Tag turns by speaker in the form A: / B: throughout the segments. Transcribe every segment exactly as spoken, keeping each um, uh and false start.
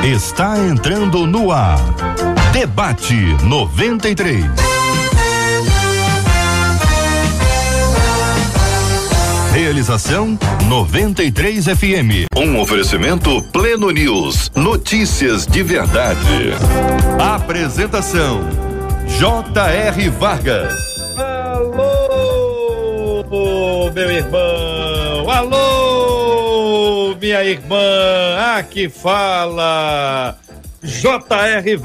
A: Está entrando no ar. Debate noventa e três. Realização noventa e três F M. Um oferecimento Pleno News. Notícias de verdade. Apresentação J R Vargas.
B: Alô, meu irmão. Alô, minha irmã. Aqui fala J R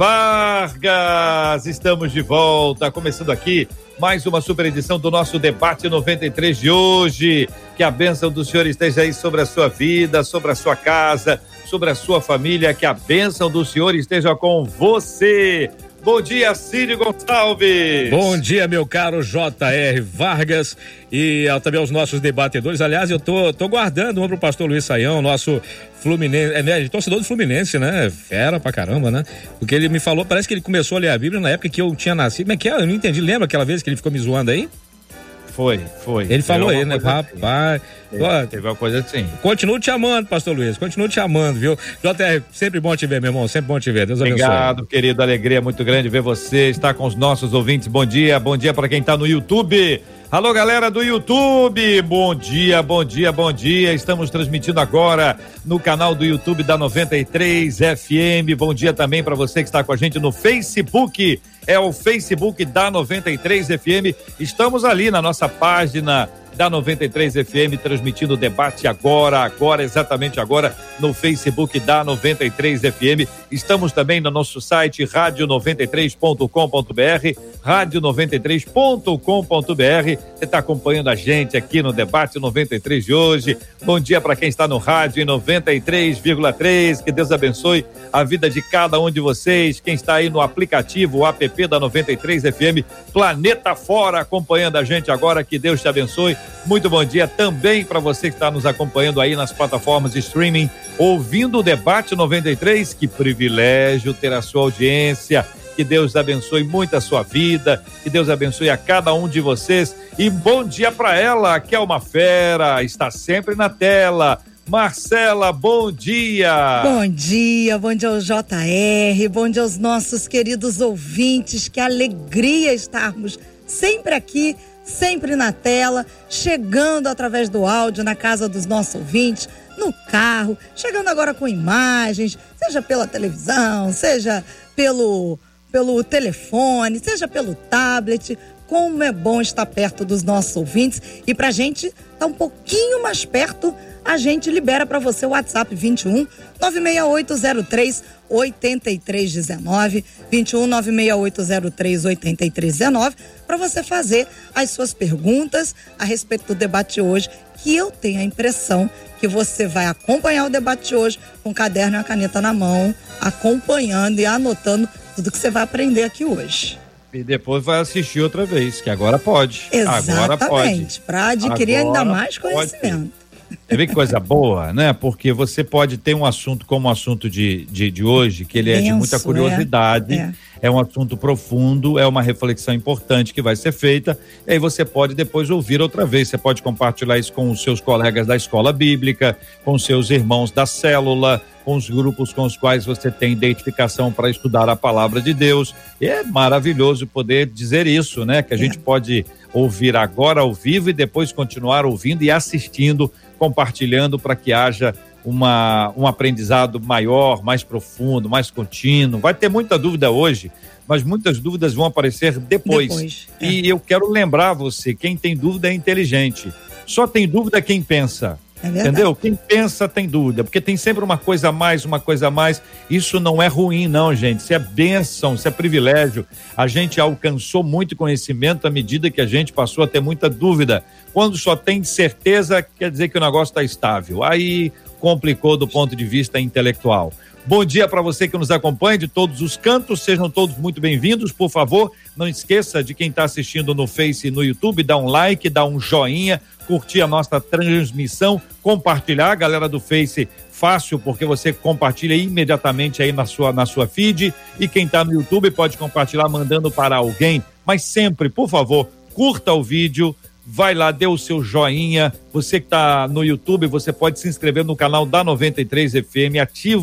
B: Vargas. Estamos de volta, começando aqui mais uma super edição do nosso Debate noventa e três de hoje. Que a bênção do Senhor esteja aí sobre a sua vida, sobre a sua casa, sobre a sua família. Que a bênção do Senhor esteja com você. Bom dia, Círio Gonçalves.
C: Bom dia, meu caro J R Vargas e também aos nossos debatedores. Aliás, eu tô, tô guardando uma pro pastor Luiz Saião, nosso Fluminense, é, né, torcedor do Fluminense, né? Fera pra caramba, né? Porque ele me falou, parece que ele começou a ler a Bíblia na época que eu tinha nascido. Como é que é? Eu não entendi. Lembra aquela vez que ele ficou me zoando aí?
B: Foi, foi.
C: Ele falou aí, né? Rapaz.
B: Assim. Ó, teve uma coisa assim.
C: Continuo te amando, pastor Luiz. Continuo te amando, viu? J R, sempre bom te ver, meu irmão. Sempre bom te ver. Deus abençoe.
B: Obrigado, querido. Alegria muito grande ver você. Estar com os nossos ouvintes. Bom dia. Bom dia para quem tá no YouTube. Alô, galera do YouTube. Bom dia, bom dia, bom dia. Estamos transmitindo agora no canal do YouTube da noventa e três F M. Bom dia também para você que está com a gente no Facebook. É o Facebook da noventa e três F M. Estamos ali na nossa página da noventa e três F M, transmitindo o debate agora, agora, exatamente agora, no Facebook da noventa e três F M. Estamos também no nosso site rádio noventa e três ponto com ponto b r, rádio noventa e três ponto com ponto b r. Você está acompanhando a gente aqui no debate noventa e três de hoje. Bom dia para quem está no rádio em noventa e três vírgula três. Que Deus abençoe a vida de cada um de vocês. Quem está aí no aplicativo, o app da noventa e três F M, Planeta Fora, acompanhando a gente agora. Que Deus te abençoe. Muito bom dia também para você que está nos acompanhando aí nas plataformas de streaming, ouvindo o Debate noventa e três. Que privilégio ter a sua audiência. Que Deus abençoe muito a sua vida. Que Deus abençoe a cada um de vocês. E bom dia para ela, que é uma fera, está sempre na tela. Marcela, bom dia.
D: Bom dia, bom dia ao J R, bom dia aos nossos queridos ouvintes. Que alegria estarmos sempre aqui, sempre na tela, chegando através do áudio na casa dos nossos ouvintes, no carro, chegando agora com imagens, seja pela televisão, seja pelo, pelo telefone, seja pelo tablet. Como é bom estar perto dos nossos ouvintes. E pra gente estar um pouquinho mais perto, a gente libera para você o WhatsApp vinte e um, nove seis oito zero três, oito três um nove, vinte e um, nove seis oito zero três, oito três um nove, para você fazer as suas perguntas a respeito do debate de hoje, que eu tenho a impressão que você vai acompanhar o debate de hoje com um caderno e uma caneta na mão, acompanhando e anotando tudo que você vai aprender aqui hoje.
B: E depois vai assistir outra vez, que agora pode.
D: Exatamente,
B: agora pode.
D: Para adquirir
B: agora
D: ainda mais conhecimento.
B: Você vê que coisa boa, né? Porque você pode ter um assunto como o assunto de, de, de hoje, que ele é Denso, de muita curiosidade, é. é um assunto profundo, é uma reflexão importante que vai ser feita, e aí você pode depois ouvir outra vez. Você pode compartilhar isso com os seus colegas da escola bíblica, com os seus irmãos da célula, com os grupos com os quais você tem identificação para estudar a palavra de Deus. E é maravilhoso poder dizer isso, né? Que a é. gente pode ouvir agora ao vivo e depois continuar ouvindo e assistindo, compartilhando, para que haja uma, um aprendizado maior, mais profundo, mais contínuo. Vai ter muita dúvida hoje, mas muitas dúvidas vão aparecer depois. depois é. E eu quero lembrar você, quem tem dúvida é inteligente. Só tem dúvida quem pensa. É entendeu? Quem pensa tem dúvida, porque tem sempre uma coisa a mais, uma coisa a mais. Isso não é ruim, não, gente. Isso é bênção, isso é privilégio. A gente alcançou muito conhecimento à medida que a gente passou a ter muita dúvida. Quando só tem certeza, quer dizer que o negócio está estável. Aí complicou do ponto de vista intelectual. Bom dia para você que nos acompanha de todos os cantos, sejam todos muito bem-vindos. Por favor, não esqueça de quem está assistindo no Face e no YouTube, dá um like, dá um joinha, curtir a nossa transmissão, compartilhar. Galera do Face, fácil, porque você compartilha imediatamente aí na sua, na sua feed, e quem está no YouTube pode compartilhar mandando para alguém, mas sempre, por favor, curta o vídeo, vai lá, dê o seu joinha. Você que está no YouTube, você pode se inscrever no canal da noventa e três F M, ativa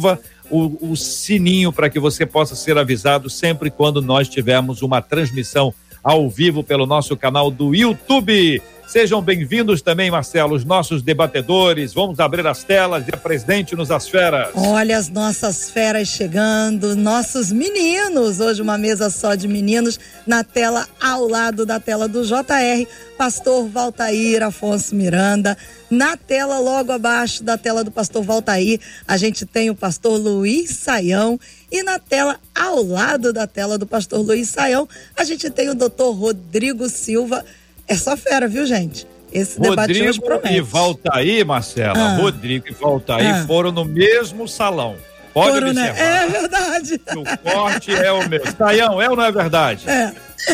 B: o, o sininho para que você possa ser avisado sempre quando nós tivermos uma transmissão ao vivo pelo nosso canal do YouTube. Sejam bem-vindos também, Marcelo, os nossos debatedores. Vamos abrir as telas e apresente-nos as feras.
D: Olha as nossas feras chegando, nossos meninos. Hoje uma mesa só de meninos na tela ao lado da tela do J R. Pastor Valtair Afonso Miranda. Na tela logo abaixo da tela do pastor Valtair, a gente tem o pastor Luiz Saião. E na tela ao lado da tela do pastor Luiz Saião, a gente tem o doutor Rodrigo Silva. É só fera, viu, gente? Esse debate hoje promete.
B: Rodrigo e Valtair, Marcela, ah. Rodrigo e Valtair ah. foram no mesmo salão. Pode foram, observar.
D: Né? É verdade.
B: O corte é o mesmo. Saião, é ou não é verdade?
D: É.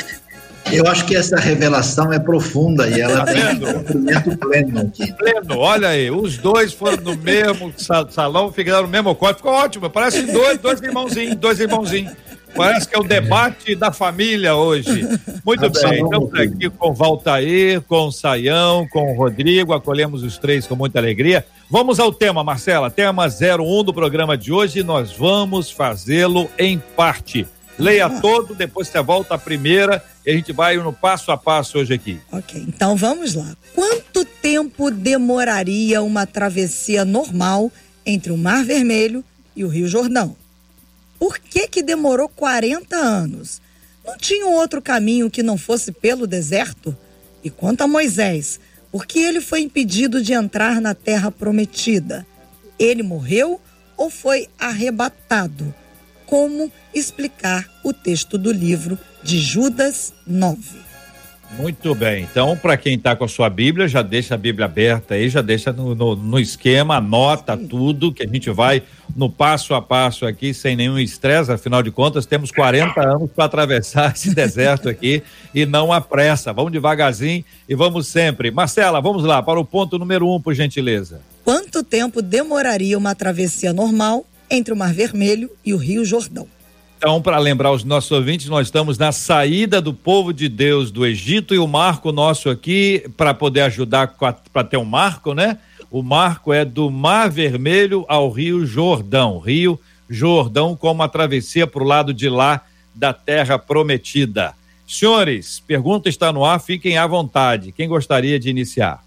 E: Eu acho que essa revelação é profunda e ela tem um cumprimento pleno aqui.
B: Pleno, olha aí, os dois foram no mesmo salão, ficaram no mesmo corte, ficou ótimo, parece dois, dois irmãozinhos, dois irmãozinhos. Parece que é o debate da família hoje. Muito bem, estamos aqui com o Valtair, com o Saião, com o Rodrigo, acolhemos os três com muita alegria. Vamos ao tema, Marcela, tema zero um do programa de hoje e nós vamos fazê-lo em parte. Leia todo, depois você volta à primeira e a gente vai no passo a passo hoje aqui.
D: Ok, então vamos lá. Quanto tempo demoraria uma travessia normal entre o Mar Vermelho e o Rio Jordão? Por que que demorou quarenta anos? Não tinha um outro caminho que não fosse pelo deserto? E quanto a Moisés, por que ele foi impedido de entrar na terra prometida? Ele morreu ou foi arrebatado? Como explicar o texto do livro de Judas nove?
B: Muito bem, então para quem está com a sua Bíblia, já deixa a Bíblia aberta aí, já deixa no, no, no esquema, anota tudo que a gente vai no passo a passo aqui, sem nenhum estresse, afinal de contas temos quarenta anos para atravessar esse deserto aqui e não há pressa, vamos devagarzinho e vamos sempre. Marcela, vamos lá para o ponto número um, por gentileza.
D: Quanto tempo demoraria uma travessia normal entre o Mar Vermelho e o Rio Jordão?
B: Então, para lembrar os nossos ouvintes, nós estamos na saída do povo de Deus do Egito e o marco nosso aqui, para poder ajudar para ter um marco, né? O marco é do Mar Vermelho ao Rio Jordão. Rio Jordão com uma travessia para o lado de lá da Terra Prometida. Senhores, pergunta está no ar, fiquem à vontade. Quem gostaria de iniciar?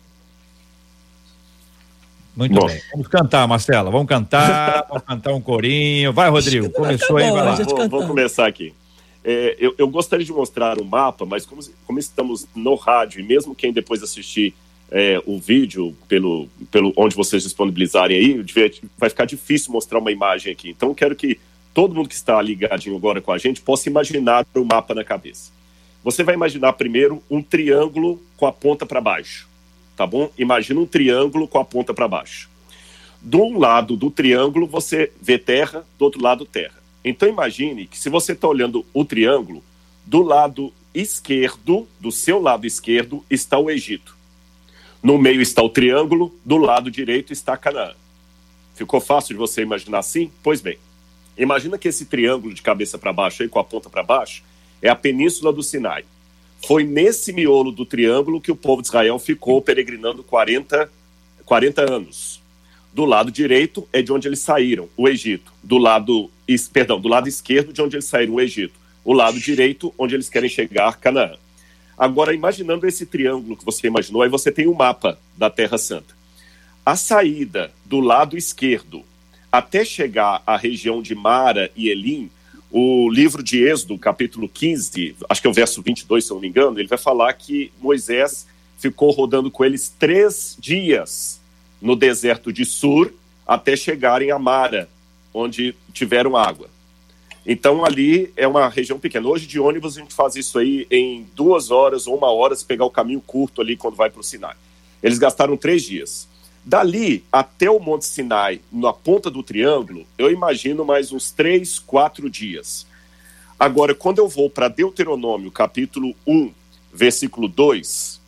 B: Muito Bom. bem. Vamos cantar, Marcela. Vamos cantar, vamos cantar um corinho. Vai, Rodrigo. Começou aí, vai lá.
F: Vou, vou começar aqui. É, eu, eu gostaria de mostrar o mapa, mas como, como estamos no rádio, e mesmo quem depois assistir é, o vídeo pelo, pelo onde vocês disponibilizarem aí, vai ficar difícil mostrar uma imagem aqui. Então, eu quero que todo mundo que está ligadinho agora com a gente possa imaginar o mapa na cabeça. Você vai imaginar primeiro um triângulo com a ponta para baixo. Tá bom? Imagina um triângulo com a ponta para baixo. De um lado do triângulo você vê terra, do outro lado terra. Então imagine que se você está olhando o triângulo, do lado esquerdo, do seu lado esquerdo, está o Egito. No meio está o triângulo, do lado direito está Canaã. Ficou fácil de você imaginar assim? Pois bem, imagina que esse triângulo de cabeça para baixo, aí, com a ponta para baixo, é a Península do Sinai. Foi nesse miolo do triângulo que o povo de Israel ficou peregrinando quarenta, quarenta anos. Do lado direito é de onde eles saíram, o Egito. Do lado, perdão, do lado esquerdo de onde eles saíram, o Egito. O lado direito, onde eles querem chegar, Canaã. Agora, imaginando esse triângulo que você imaginou, aí você tem o mapa da Terra Santa. A saída do lado esquerdo até chegar à região de Mara e Elim, o livro de Êxodo, capítulo quinze, acho que é o verso vinte e dois, se eu não me engano, ele vai falar que Moisés ficou rodando com eles três dias no deserto de Sur até chegarem a Mara, onde tiveram água. Então ali é uma região pequena. Hoje de ônibus a gente faz isso aí em duas horas ou uma hora se pegar o caminho curto ali quando vai para o Sinai. Eles gastaram três dias. Dali até o Monte Sinai, na ponta do triângulo, eu imagino mais uns três, quatro dias. Agora, quando eu vou para Deuteronômio, capítulo um, versículo dois,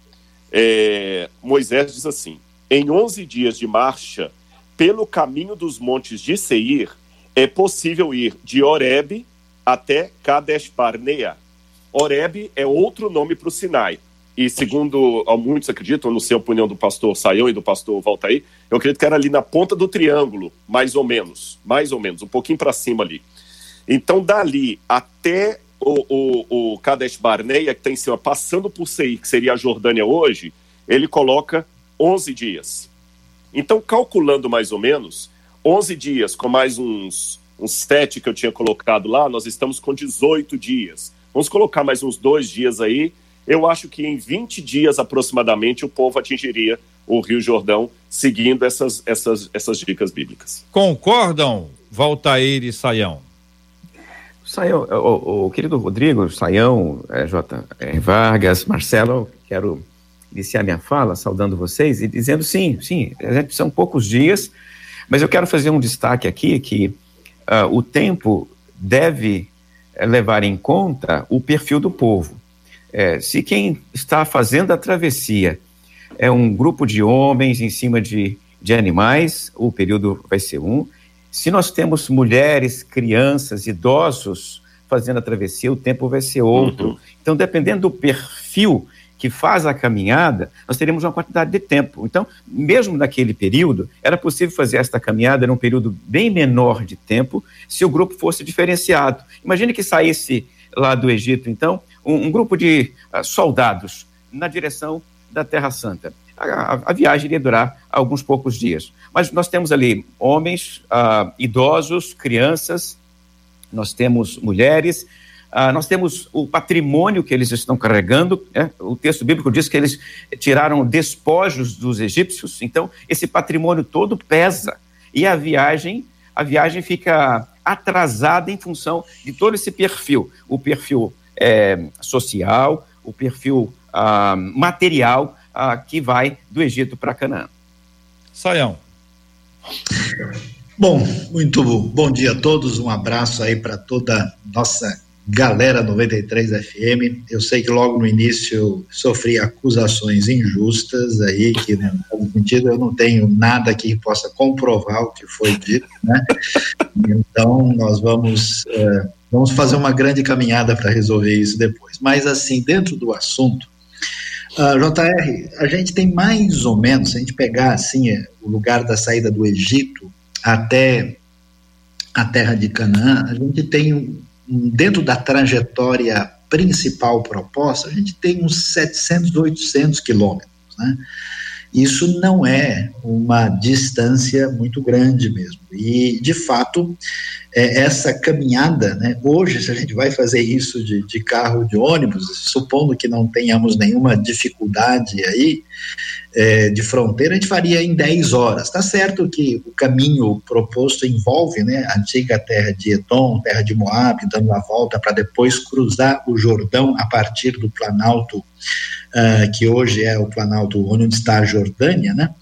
F: é, Moisés diz assim: em onze dias de marcha, pelo caminho dos montes de Seir, é possível ir de Horebe até Kadesh Barnea. Horebe é outro nome para o Sinai. e segundo muitos acreditam, não sei a opinião do pastor Saião e do pastor Valtair, eu acredito que era ali na ponta do triângulo, mais ou menos, mais ou menos, um pouquinho para cima ali. Então, dali até o, o, o Kadesh Barneia, que está em cima, passando por Seir, que seria a Jordânia hoje, ele coloca onze dias. Então, calculando mais ou menos, onze dias com mais uns, uns sete que eu tinha colocado lá, nós estamos com dezoito dias. Vamos colocar mais uns dois dias aí. Eu acho que em vinte dias aproximadamente o povo atingiria o Rio Jordão, seguindo essas, essas, essas dicas bíblicas.
B: Concordam, Valtair e Saião?
G: Saião, o, o querido Rodrigo, Saião, é, J. Vargas, Marcelo, quero iniciar minha fala saudando vocês e dizendo sim, sim, são poucos dias, mas eu quero fazer um destaque aqui que uh, o tempo deve levar em conta o perfil do povo. É, se quem está fazendo a travessia é um grupo de homens em cima de, de animais, o período vai ser um. Se nós temos mulheres, crianças, idosos fazendo a travessia, o tempo vai ser outro. Uhum. Então, dependendo do perfil que faz a caminhada, nós teremos uma quantidade de tempo. Então, mesmo naquele período, era possível fazer esta caminhada num período bem menor de tempo, se o grupo fosse diferenciado. Imagine que saísse lá do Egito, então, um, um grupo de uh, soldados na direção da Terra Santa. A, a, a viagem iria durar alguns poucos dias. Mas nós temos ali homens, uh, idosos, crianças, nós temos mulheres, Uh, nós temos o patrimônio que eles estão carregando, né? O texto bíblico diz que eles tiraram despojos dos egípcios, então esse patrimônio todo pesa, e a viagem, a viagem fica atrasada em função de todo esse perfil, o perfil é, social, o perfil uh, material uh, que vai do Egito para Canaã.
B: Saião.
E: Bom, muito bom dia a todos, um abraço aí para toda nossa galera noventa e três F M. Eu sei que logo no início eu sofri acusações injustas aí, que né, no sentido eu não tenho nada que possa comprovar o que foi dito, né? Então nós vamos, uh, vamos fazer uma grande caminhada para resolver isso depois. Mas assim, dentro do assunto, uh, J R, a gente tem mais ou menos, se a gente pegar assim o lugar da saída do Egito até a terra de Canaã, a gente tem um dentro da trajetória principal proposta, a gente tem uns setecentos, oitocentos quilômetros, né? Isso não é uma distância muito grande mesmo. E, de fato, é, essa caminhada, né, hoje, se a gente vai fazer isso de, de carro, de ônibus, supondo que não tenhamos nenhuma dificuldade aí, é, de fronteira, a gente faria em dez horas. Está certo que o caminho proposto envolve, né, a antiga terra de Edom, terra de Moab, dando a volta para depois cruzar o Jordão a partir do Planalto, Uh, que hoje é o Planalto onde está a Jordânia, né?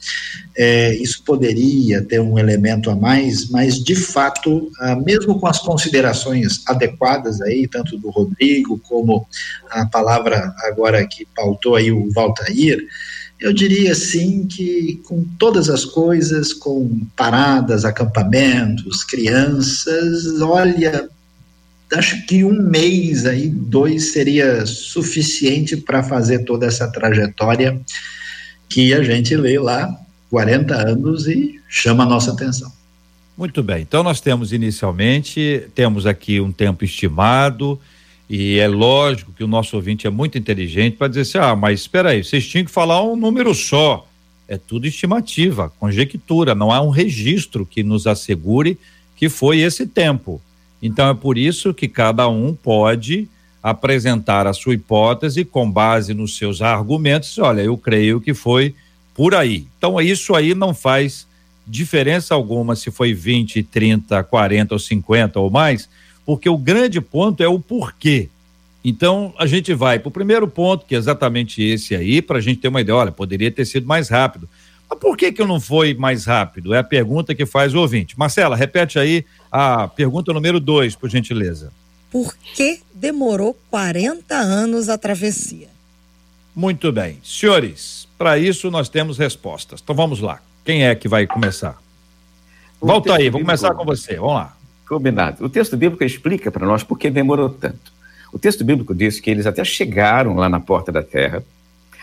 E: É, isso poderia ter um elemento a mais, mas de fato, uh, mesmo com as considerações adequadas aí, tanto do Rodrigo como a palavra agora que pautou aí o Valtair, eu diria assim que com todas as coisas, com paradas, acampamentos, crianças, olha, acho que um mês aí, dois, seria suficiente para fazer toda essa trajetória que a gente lê lá, quarenta anos, e chama a nossa atenção.
B: Muito bem, então nós temos inicialmente, temos aqui um tempo estimado, e é lógico que o nosso ouvinte é muito inteligente para dizer assim, ah, mas espera aí, vocês tinham que falar um número só. É tudo estimativa, conjectura, não há um registro que nos assegure que foi esse tempo. Então é por isso que cada um pode apresentar a sua hipótese com base nos seus argumentos. Olha, eu creio que foi por aí. Então isso aí não faz diferença alguma se foi vinte, trinta, quarenta ou cinquenta ou mais, porque o grande ponto é o porquê. Então a gente vai para o primeiro ponto, que é exatamente esse aí, para a gente ter uma ideia. Olha, poderia ter sido mais rápido. Mas por que que não foi mais rápido? É a pergunta que faz o ouvinte. Marcela, repete aí a pergunta número dois, por gentileza.
D: Por que demorou quarenta anos a travessia?
B: Muito bem. Senhores, para isso nós temos respostas. Então vamos lá. Quem é que vai começar?
G: O
B: Volta aí, vou
G: bíblico...
B: começar com você. Vamos lá.
G: Combinado. O texto bíblico explica para nós por que demorou tanto. O texto bíblico diz que eles até chegaram lá na porta da terra,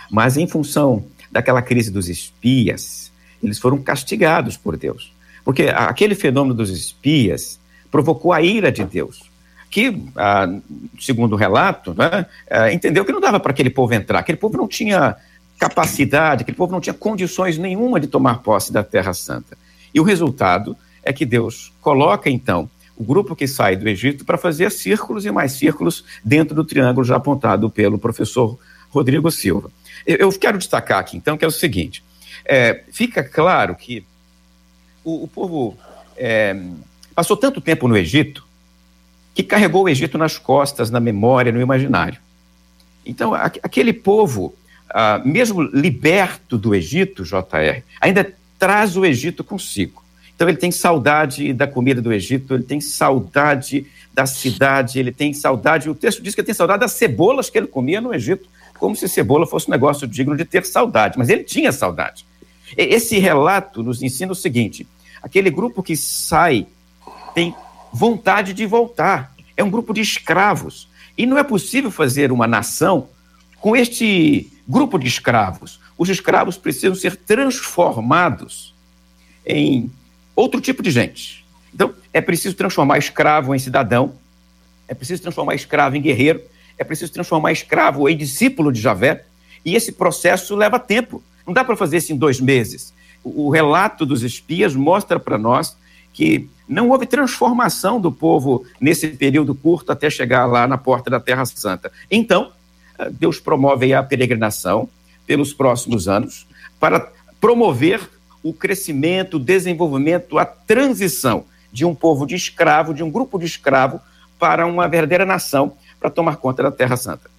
G: mas em função daquela crise dos espias, eles foram castigados por Deus. Porque aquele fenômeno dos espias provocou a ira de Deus, que, ah, segundo o relato, né, ah, entendeu que não dava para aquele povo entrar, aquele povo não tinha capacidade, aquele povo não tinha condições nenhuma de tomar posse da Terra Santa. E o resultado é que Deus coloca, então, o grupo que sai do Egito para fazer círculos e mais círculos dentro do triângulo já apontado pelo professor Rodrigo Silva. Eu, eu quero destacar aqui, então, que é o seguinte, é, fica claro que o, o povo é, passou tanto tempo no Egito que carregou o Egito nas costas, na memória, no imaginário. Então, a, aquele povo, ah, mesmo liberto do Egito, J R, ainda traz o Egito consigo. Então, ele tem saudade da comida do Egito, ele tem saudade da cidade, ele tem saudade, o texto diz que ele tem saudade das cebolas que ele comia no Egito, como se cebola fosse um negócio digno de ter saudade, mas ele tinha saudade. Esse relato nos ensina o seguinte, aquele grupo que sai tem vontade de voltar, é um grupo de escravos, e não é possível fazer uma nação com este grupo de escravos. Os escravos precisam ser transformados em outro tipo de gente. Então, é preciso transformar escravo em cidadão, é preciso transformar escravo em guerreiro, é preciso transformar escravo em discípulo de Javé, e esse processo leva tempo. Não dá para fazer isso em dois meses. O, o relato dos espias mostra para nós que não houve transformação do povo nesse período curto até chegar lá na porta da Terra Santa. Então, Deus promove a peregrinação pelos próximos anos para promover o crescimento, o desenvolvimento, a transição de um povo de escravo, de um grupo de escravo, para uma verdadeira nação para tomar conta da Terra Santa.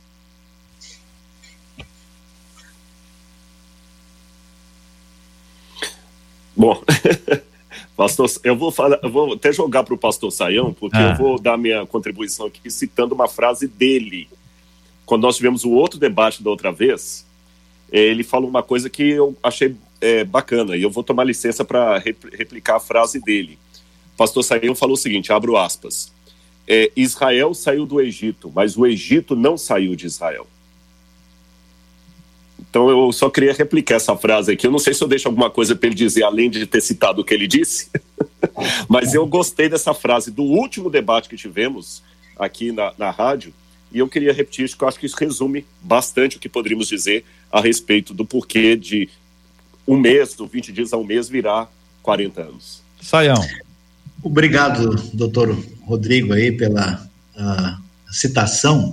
F: Bom, pastor, eu vou, falar, eu vou até jogar para o pastor Sayão, porque ah. eu vou dar minha contribuição aqui citando uma frase dele. Quando nós tivemos o outro debate da outra vez, ele falou uma coisa que eu achei é, bacana, e eu vou tomar licença para replicar a frase dele. O pastor Sayão falou o seguinte, abro aspas, é, Israel saiu do Egito, mas o Egito não saiu de Israel. Então eu só queria replicar essa frase aqui, eu não sei se eu deixo alguma coisa para ele dizer, além de ter citado o que ele disse, mas eu gostei dessa frase do último debate que tivemos aqui na, na rádio, e eu queria repetir isso, porque eu acho que isso resume bastante o que poderíamos dizer a respeito do porquê de um mês, ou vinte dias a um mês, virar quarenta anos.
B: Sayão.
E: Obrigado, doutor Rodrigo, aí, pela uh, citação.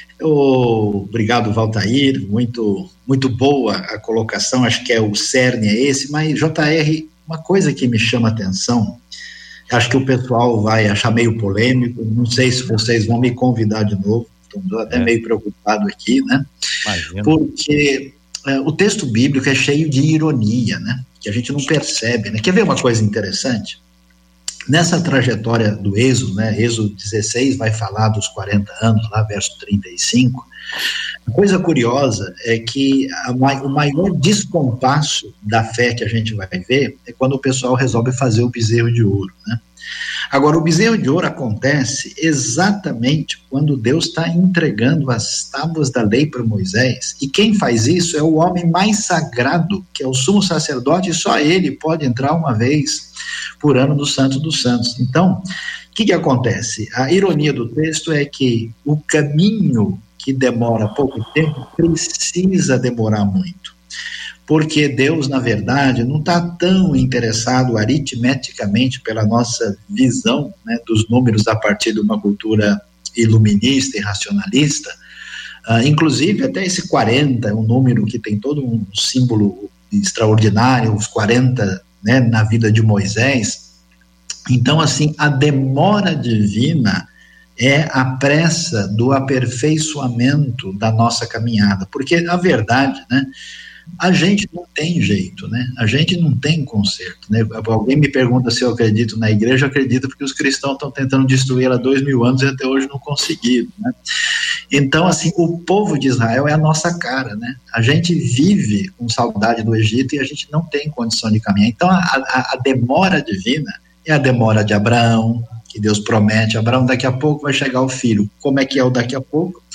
E: Obrigado, Valtair, muito, muito boa a colocação, acho que é o cerne é esse, mas J R, uma coisa que me chama a atenção, acho que o pessoal vai achar meio polêmico, não sei se vocês vão me convidar de novo, estou até é. meio preocupado aqui, né? Imagina. Porque é, o texto bíblico é cheio de ironia, né? Que a gente não percebe, né? Quer ver uma coisa interessante? Nessa trajetória do Êxodo, né? Êxodo dezesseis vai falar dos quarenta anos, lá verso trinta e cinco, a coisa curiosa é que a, o maior descompasso da fé que a gente vai ver é quando o pessoal resolve fazer o bezerro de ouro, né? Agora, o bezerro de ouro acontece exatamente quando Deus está entregando as tábuas da lei para Moisés, e quem faz isso é o homem mais sagrado, que é o sumo sacerdote, e só ele pode entrar uma vez por ano no Santo dos Santos. Então, o que que acontece? A ironia do texto é que o caminho que demora pouco tempo precisa demorar muito, porque Deus, na verdade, não está tão interessado aritmeticamente pela nossa visão, né, dos números a partir de uma cultura iluminista e racionalista. Uh, inclusive, até esse quarenta é um número que tem todo um símbolo extraordinário, os quarenta, né, na vida de Moisés. Então, assim, a demora divina é a pressa do aperfeiçoamento da nossa caminhada, porque, na verdade, né, a gente não tem jeito, né? A gente não tem conserto, né? Alguém me pergunta se eu acredito na igreja, eu acredito porque os cristãos estão tentando destruí-la há dois mil anos e até hoje não conseguiram, né? Então, assim, o povo de Israel é a nossa cara, né? A gente vive com saudade do Egito e a gente não tem condição de caminhar. Então, a, a, a demora divina é a demora de Abraão, que Deus promete, Abraão, daqui a pouco vai chegar o filho. Como é que é o daqui a pouco?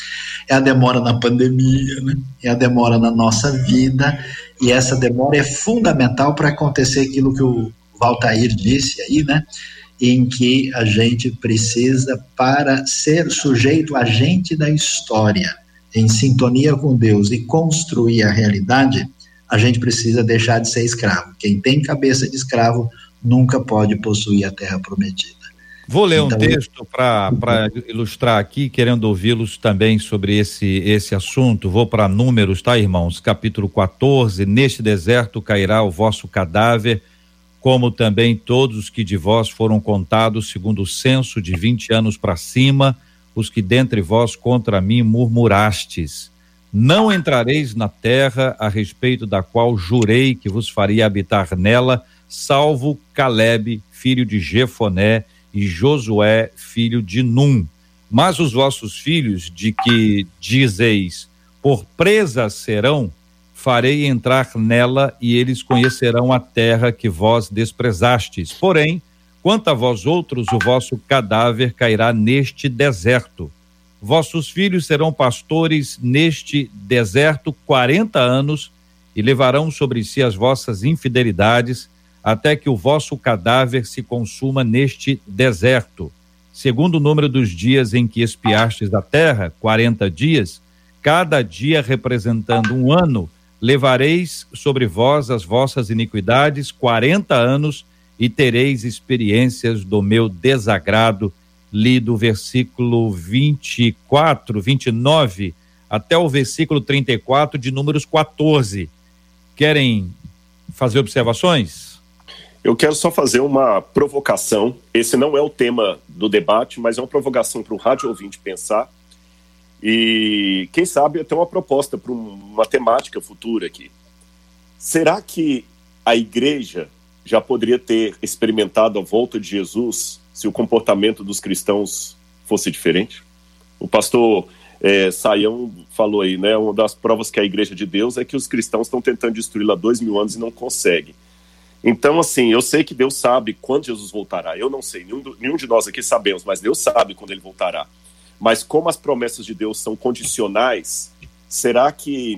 E: é a demora na pandemia, né? É a demora na nossa vida, e essa demora é fundamental para acontecer aquilo que o Valtair disse aí, né? Em que a gente precisa, para ser sujeito agente da história, em sintonia com Deus e construir a realidade, a gente precisa deixar de ser escravo. Quem tem cabeça de escravo nunca pode possuir a terra prometida.
B: Vou ler
E: então,
B: um texto para ilustrar aqui, querendo ouvi-los também sobre esse, esse assunto. Vou para Números, tá, irmãos? Capítulo quatorze, neste deserto cairá o vosso cadáver, como também todos os que de vós foram contados segundo o censo de vinte anos para cima, os que dentre vós contra mim murmurastes. Não entrareis na terra a respeito da qual jurei que vos faria habitar nela, salvo Calebe, filho de Jefoné, e Josué, filho de Num. Mas os vossos filhos, de que dizeis, por presas serão, farei entrar nela, e eles conhecerão a terra que vós desprezastes. Porém, quanto a vós outros, o vosso cadáver cairá neste deserto. Vossos filhos serão pastores neste deserto quarenta anos, e levarão sobre si as vossas infidelidades, até que o vosso cadáver se consuma neste deserto. Segundo o número dos dias em que espiastes a terra, quarenta dias, cada dia representando um ano, levareis sobre vós as vossas iniquidades quarenta anos, e tereis experiências do meu desagrado. Li do versículo vinte e quatro, vinte e nove, até o versículo trinta e quatro de Números quatorze. Querem fazer observações?
F: Eu quero só fazer uma provocação. Esse não é o tema do debate, mas é uma provocação para o rádio ouvinte pensar. E quem sabe até uma proposta para uma temática futura aqui. Será que a igreja já poderia ter experimentado a volta de Jesus se o comportamento dos cristãos fosse diferente? O pastor é, Saião falou aí, né? Uma das provas que a igreja de Deus é que os cristãos estão tentando destruí-la há dois mil anos e não conseguem. Então, assim, eu sei que Deus sabe quando Jesus voltará. Eu não sei, nenhum, nenhum de nós aqui sabemos, mas Deus sabe quando ele voltará. Mas como as promessas de Deus são condicionais, será que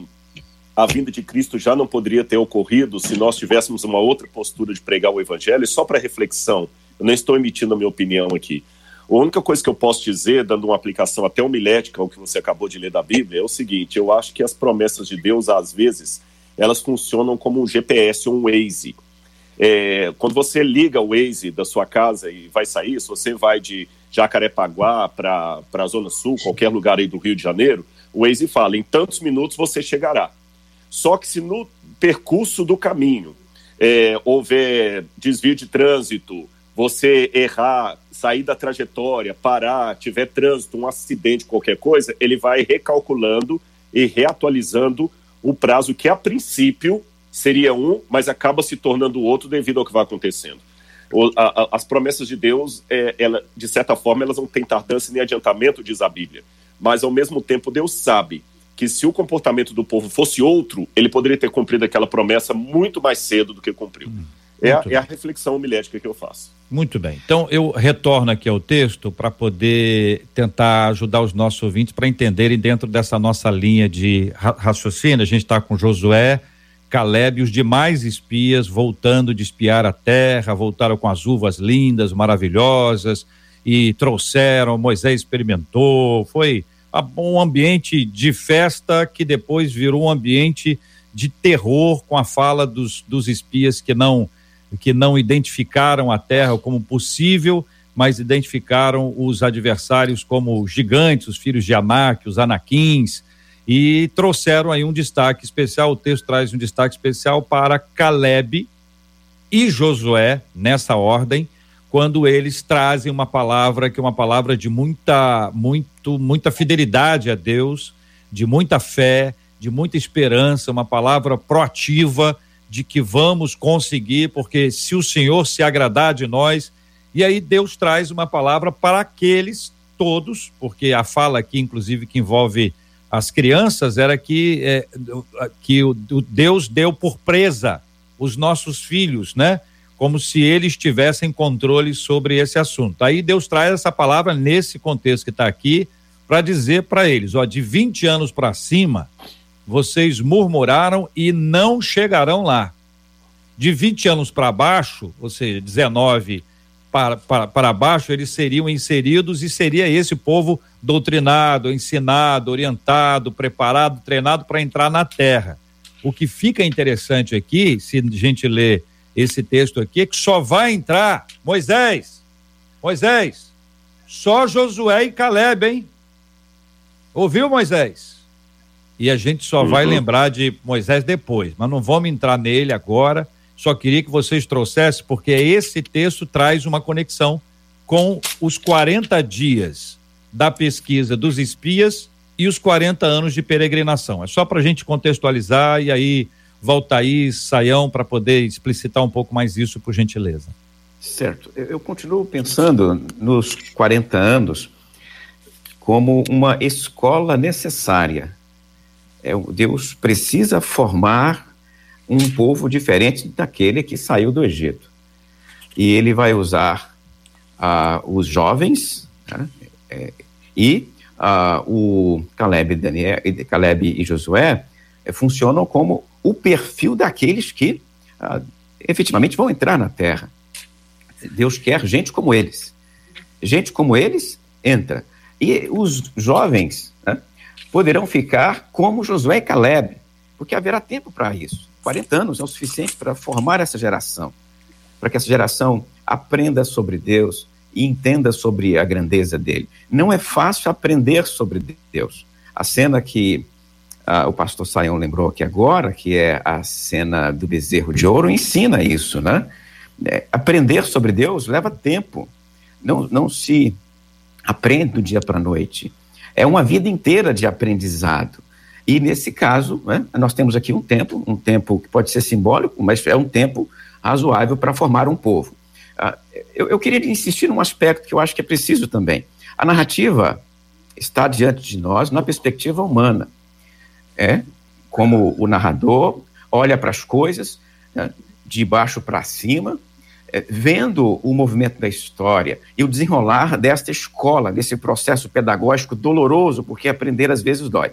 F: a vinda de Cristo já não poderia ter ocorrido se nós tivéssemos uma outra postura de pregar o evangelho? E só para reflexão, eu não estou emitindo a minha opinião aqui. A única coisa que eu posso dizer, dando uma aplicação até homilética ao que você acabou de ler da Bíblia, é o seguinte: eu acho que as promessas de Deus, às vezes, elas funcionam como um G P S ou um Waze. É, quando você liga o Waze da sua casa e vai sair, se você vai de Jacarepaguá para a Zona Sul, qualquer lugar aí do Rio de Janeiro, o Waze fala, em tantos minutos você chegará. Só que se no percurso do caminho é, houver desvio de trânsito, você errar, sair da trajetória, parar, tiver trânsito, um acidente, qualquer coisa, ele vai recalculando e reatualizando o prazo que a princípio seria um, mas acaba se tornando outro devido ao que vai acontecendo. O, a, a, as promessas de Deus, é, ela, de certa forma, elas não têm tardança nem adiantamento, diz a Bíblia. Mas, ao mesmo tempo, Deus sabe que se o comportamento do povo fosse outro, ele poderia ter cumprido aquela promessa muito mais cedo do que cumpriu. Hum, é, a, é a reflexão homilética que eu faço.
B: Muito bem. Então, eu retorno aqui ao texto para poder tentar ajudar os nossos ouvintes para entenderem dentro dessa nossa linha de ra- raciocínio. A gente está com Josué, Calebe e os demais espias voltando de espiar a terra, voltaram com as uvas lindas, maravilhosas, e trouxeram, Moisés experimentou, foi um ambiente de festa que depois virou um ambiente de terror com a fala dos, dos espias que não, que não identificaram a terra como possível, mas identificaram os adversários como gigantes, os filhos de Anak, os Anaquins, e trouxeram aí um destaque especial. O texto traz um destaque especial para Calebe e Josué, nessa ordem, quando eles trazem uma palavra que é uma palavra de muita, muito, muita fidelidade a Deus, de muita fé, de muita esperança, uma palavra proativa de que vamos conseguir, porque se o Senhor se agradar de nós. E aí Deus traz uma palavra para aqueles todos, porque a fala aqui, inclusive, que envolve as crianças, era que, é, que o, o Deus deu por presa os nossos filhos, né? Como se eles tivessem controle sobre esse assunto. Aí Deus traz essa palavra nesse contexto que está aqui, para dizer para eles, ó, de vinte anos para cima, vocês murmuraram e não chegarão lá. De vinte anos para baixo, ou seja, dezenove para, para, para baixo, eles seriam inseridos e seria esse povo doutrinado, ensinado, orientado, preparado, treinado para entrar na terra. O que fica interessante aqui, se a gente ler esse texto aqui, é que só vai entrar Moisés, Moisés, só Josué e Caleb, hein? Ouviu, Moisés? E a gente só uhum. vai lembrar de Moisés depois, mas não vamos entrar nele agora. Só queria que vocês trouxessem, porque esse texto traz uma conexão com os quarenta dias da pesquisa dos espias e os quarenta anos de peregrinação. É só para a gente contextualizar e aí volta aí, Saião, para poder explicitar um pouco mais isso, por gentileza.
G: Certo. Eu, eu continuo pensando nos quarenta anos como uma escola necessária. É, Deus precisa formar um povo diferente daquele que saiu do Egito. E ele vai usar uh, os jovens, né, é, e uh, o Caleb, Daniel, Caleb e Josué é, funcionam como o perfil daqueles que uh, efetivamente vão entrar na terra. Deus quer gente como eles. Gente como eles entra. E os jovens, né, poderão ficar como Josué e Caleb, porque haverá tempo para isso. quarenta anos é o suficiente para formar essa geração, para que essa geração aprenda sobre Deus e entenda sobre a grandeza dele. Não é fácil aprender sobre Deus. A cena que uh, o pastor Saião lembrou aqui agora, que é a cena do bezerro de ouro, ensina isso, né? É, aprender sobre Deus leva tempo. Não, não se aprende do dia para a noite. É uma vida inteira de aprendizado. E nesse caso, né, nós temos aqui um tempo, um tempo que pode ser simbólico, mas é um tempo razoável para formar um povo. Uh, eu, eu queria insistir num aspecto que eu acho que é preciso também. A narrativa está diante de nós na perspectiva humana. É como o narrador olha para as coisas, né, de baixo para cima, é, vendo o movimento da história e o desenrolar desta escola, desse processo pedagógico doloroso, porque aprender às vezes dói.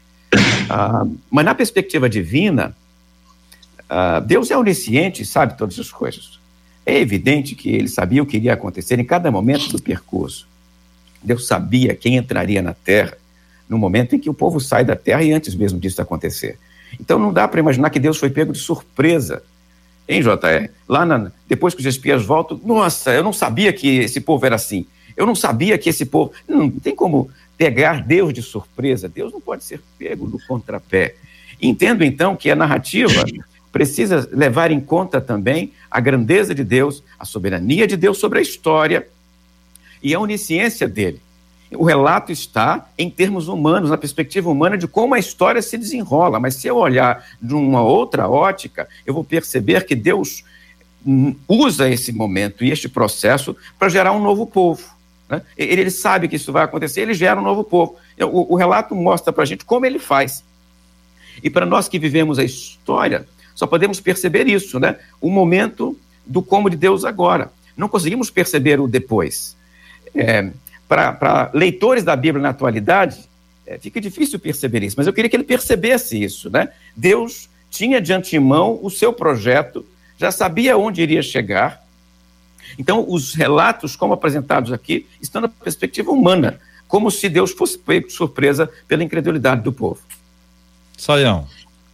G: Uh, mas na perspectiva divina, uh, Deus é onisciente e sabe todas as coisas. É evidente que ele sabia o que iria acontecer em cada momento do percurso. Deus sabia quem entraria na terra no momento em que o povo sai da terra e antes mesmo disso acontecer. Então não dá para imaginar que Deus foi pego de surpresa. Hein, J R? Lá na, depois que os espias voltam, nossa, eu não sabia que esse povo era assim. Eu não sabia que esse povo... Não tem como pegar Deus de surpresa. Deus não pode ser pego no contrapé. Entendo, então, que a narrativa precisa levar em conta também a grandeza de Deus, a soberania de Deus sobre a história e a onisciência dele. O relato está em termos humanos, na perspectiva humana de como a história se desenrola, mas se eu olhar de uma outra ótica, eu vou perceber que Deus usa esse momento e este processo para gerar um novo povo. Né? Ele, ele sabe que isso vai acontecer, ele gera um novo povo. O, o relato mostra para a gente como ele faz. E para nós que vivemos a história, só podemos perceber isso, né? O momento do como de Deus agora. Não conseguimos perceber o depois. É, para leitores da Bíblia na atualidade, é, fica difícil perceber isso, mas eu queria que ele percebesse isso, né? Deus tinha de antemão o seu projeto, já sabia onde iria chegar. Então, os relatos, como apresentados aqui, estão na perspectiva humana, como se Deus fosse pego de surpresa pela incredulidade do povo.
B: Saião.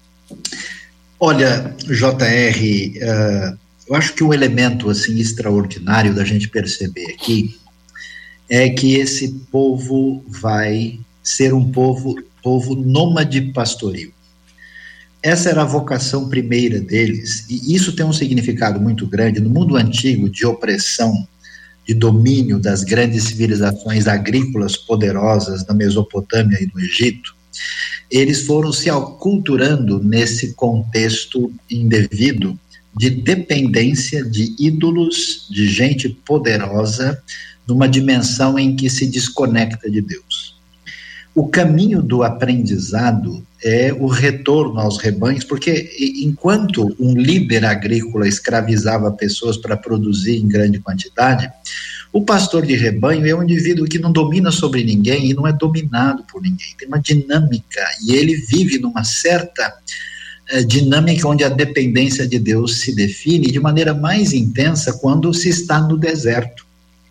E: Olha, J R, uh, eu acho que um elemento assim extraordinário da gente perceber aqui é que esse povo vai ser um povo, povo nômade pastoril. Essa era a vocação primeira deles, e isso tem um significado muito grande. No mundo antigo, de opressão, de domínio das grandes civilizações agrícolas poderosas da Mesopotâmia e do Egito, eles foram se aculturando nesse contexto indevido de dependência de ídolos, de gente poderosa, numa dimensão em que se desconecta de Deus. O caminho do aprendizado é o retorno aos rebanhos, porque enquanto um líder agrícola escravizava pessoas para produzir em grande quantidade, O pastor de rebanho é um indivíduo que não domina sobre ninguém e não é dominado por ninguém. Tem uma dinâmica e ele vive numa certa eh, dinâmica onde a dependência de Deus se define de maneira mais intensa quando se está no deserto.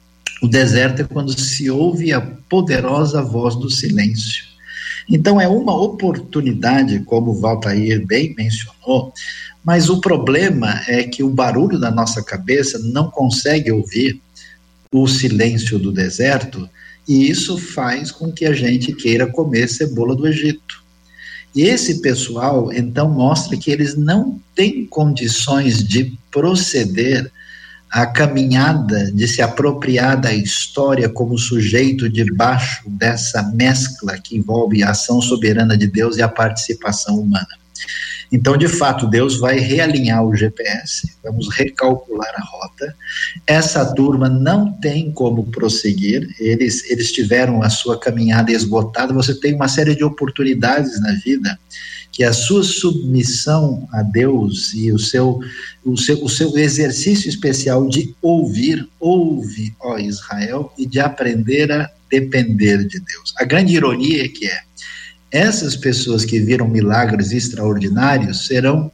E: O deserto é quando se ouve a poderosa voz do silêncio. Então é uma oportunidade, como o Valtair bem mencionou, mas o problema é que o barulho da nossa cabeça não consegue ouvir o silêncio do deserto, e isso faz com que a gente queira comer cebola do Egito. E esse pessoal, então, mostra que eles não têm condições de proceder à caminhada, de se apropriar da história como sujeito debaixo dessa mescla que envolve a ação soberana de Deus e a participação humana. Então, de fato, Deus vai realinhar o G P S, vamos recalcular a rota. Essa turma não tem como prosseguir, eles, eles tiveram a sua caminhada esgotada. Você tem uma série de oportunidades na vida que a sua submissão a Deus e o seu, o seu, o seu exercício especial de ouvir, ouve, ó Israel, e de aprender a depender de Deus. A grande ironia é que é, essas pessoas que viram milagres extraordinários serão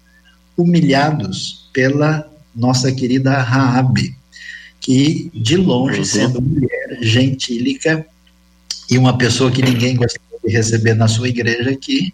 E: humilhados pela nossa querida Raabe, que de longe, sendo mulher gentílica e uma pessoa que ninguém gostaria de receber na sua igreja, que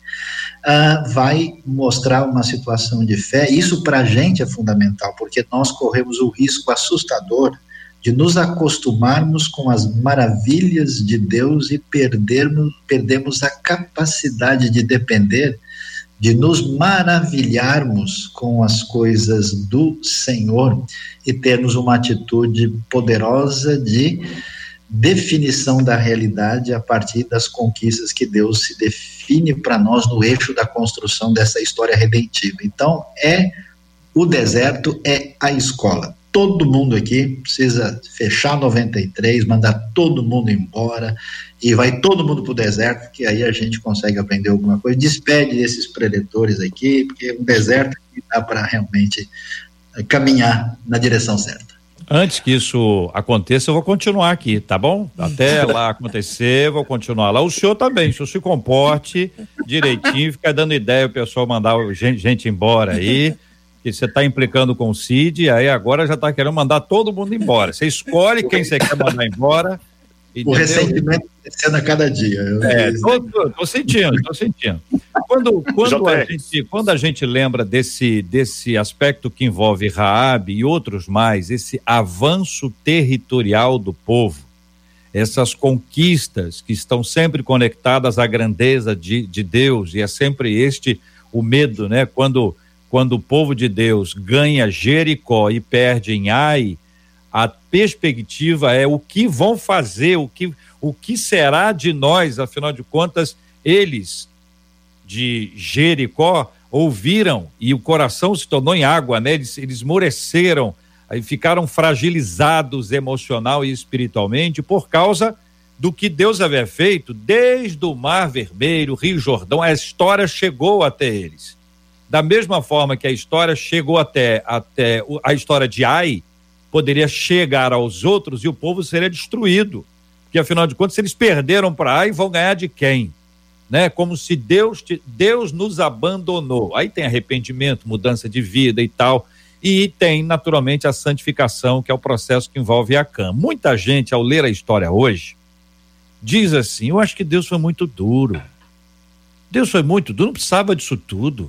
E: uh, vai mostrar uma situação de fé. Isso para a gente é fundamental, porque nós corremos o risco assustador de nos acostumarmos com as maravilhas de Deus e perdermos, perdemos a capacidade de depender, de nos maravilharmos com as coisas do Senhor e termos uma atitude poderosa de definição da realidade a partir das conquistas que Deus se define para nós no eixo da construção dessa história redentiva. Então, é o deserto, é a escola. Todo mundo aqui precisa fechar noventa e três, mandar todo mundo embora e vai todo mundo para o deserto, que aí a gente consegue aprender alguma coisa. Despede esses preletores aqui, porque o deserto dá para realmente caminhar na direção certa.
B: Antes que isso aconteça, eu vou continuar aqui, tá bom? Até lá acontecer, vou continuar lá. O senhor também, o senhor se comporte direitinho, fica dando ideia, o pessoal mandar gente, gente embora aí, que você está implicando com o Cid, aí agora já está querendo mandar todo mundo embora. Você escolhe quem você quer mandar embora. Entendeu?
E: O ressentimento crescendo a cada dia. Eu...
B: É, tô, tô, tô sentindo, tô sentindo. Quando, quando, a gente, quando a gente lembra desse, desse aspecto que envolve Raabe e outros mais, esse avanço territorial do povo, essas conquistas que estão sempre conectadas à grandeza de, de Deus, e é sempre este o medo, né? Quando Quando o povo de Deus ganha Jericó e perde em Ai, a perspectiva é o que vão fazer, o que, o que será de nós, afinal de contas, eles de Jericó ouviram e o coração se tornou em água, né? Eles, eles esmoreceram, aí ficaram fragilizados emocional e espiritualmente por causa do que Deus havia feito desde o Mar Vermelho, Rio Jordão. A história chegou até eles. Da mesma forma que a história chegou até, até a história de Ai, poderia chegar aos outros e o povo seria destruído. Porque, afinal de contas, se eles perderam para Ai, vão ganhar de quem? Né? Como se Deus, Deus nos abandonou. Aí tem arrependimento, mudança de vida e tal. E tem, naturalmente, a santificação, que é o processo que envolve Acã. Muita gente, ao ler a história hoje, diz assim, eu acho que Deus foi muito duro. Deus foi muito duro, não precisava disso tudo.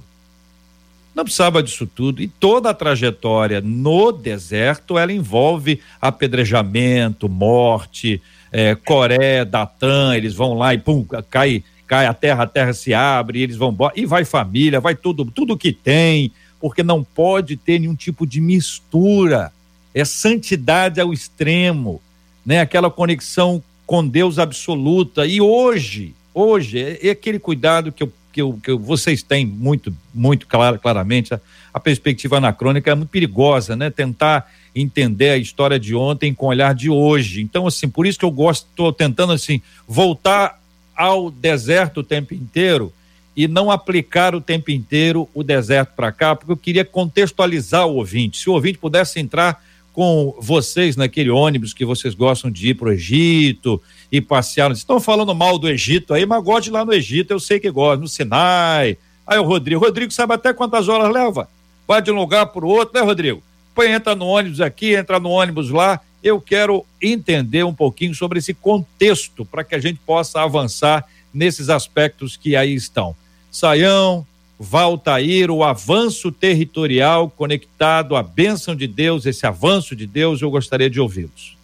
B: Não precisava disso tudo. E toda a trajetória no deserto, ela envolve apedrejamento, morte, é, Coré, Datã, eles vão lá e pum, cai, cai a terra, a terra se abre, e eles vão embora, e vai família, vai tudo, tudo que tem, porque não pode ter nenhum tipo de mistura. É santidade ao extremo, né? Aquela conexão com Deus absoluta. E hoje, hoje, é, é aquele cuidado que eu Que, eu, que eu, vocês têm muito, muito claro, claramente, a, a perspectiva anacrônica é muito perigosa, né? Tentar entender a história de ontem com o olhar de hoje. Então, assim, por isso que eu gosto, estou tentando, assim, voltar ao deserto o tempo inteiro e não aplicar o tempo inteiro o deserto para cá, porque eu queria contextualizar o ouvinte. Se o ouvinte pudesse entrar com vocês naquele ônibus que vocês gostam de ir pro Egito e passear. Vocês estão falando mal do Egito aí, mas gosto de ir lá no Egito, eu sei que gosto, no Sinai. Aí o Rodrigo, Rodrigo sabe até quantas horas leva? Vai de um lugar pro outro, né, Rodrigo? Põe, entra no ônibus aqui, entra no ônibus lá. Eu quero entender um pouquinho sobre esse contexto para que a gente possa avançar nesses aspectos que aí estão. Saião, Valtair, o avanço territorial conectado à bênção de Deus, esse avanço de Deus, eu gostaria de ouvi-los.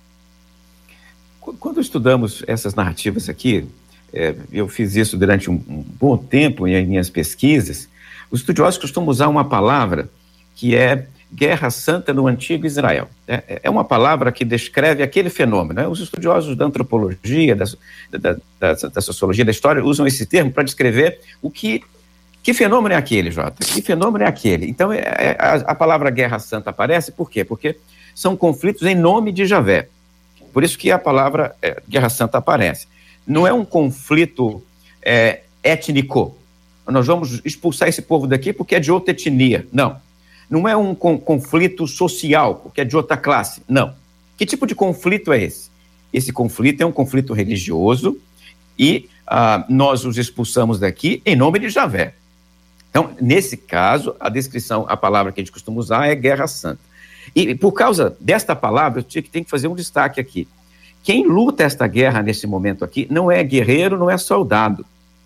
G: Quando estudamos essas narrativas aqui, é, eu fiz isso durante um, um bom tempo em minhas pesquisas, os estudiosos costumam usar uma palavra que é Guerra Santa no Antigo Israel. É, é uma palavra que descreve aquele fenômeno, né? Os estudiosos da antropologia, da, da, da, da sociologia, da história, usam esse termo para descrever o que Que fenômeno é aquele, Jota? Que fenômeno é aquele? Então, é, é, a, a palavra Guerra Santa aparece, por quê? Porque são conflitos em nome de Javé. Por isso que a palavra é, Guerra Santa aparece. Não é um conflito é, étnico. Nós vamos expulsar esse povo daqui porque é de outra etnia. Não. Não é um com, conflito social, porque é de outra classe. Não. Que tipo de conflito é esse? Esse conflito é um conflito religioso e ah, nós os expulsamos daqui em nome de Javé. Então, nesse caso, a descrição, a palavra que a gente costuma usar é Guerra Santa. E por causa desta palavra, eu tinha que, tenho que fazer um destaque aqui. Quem luta esta guerra nesse momento aqui não é guerreiro, não é soldado.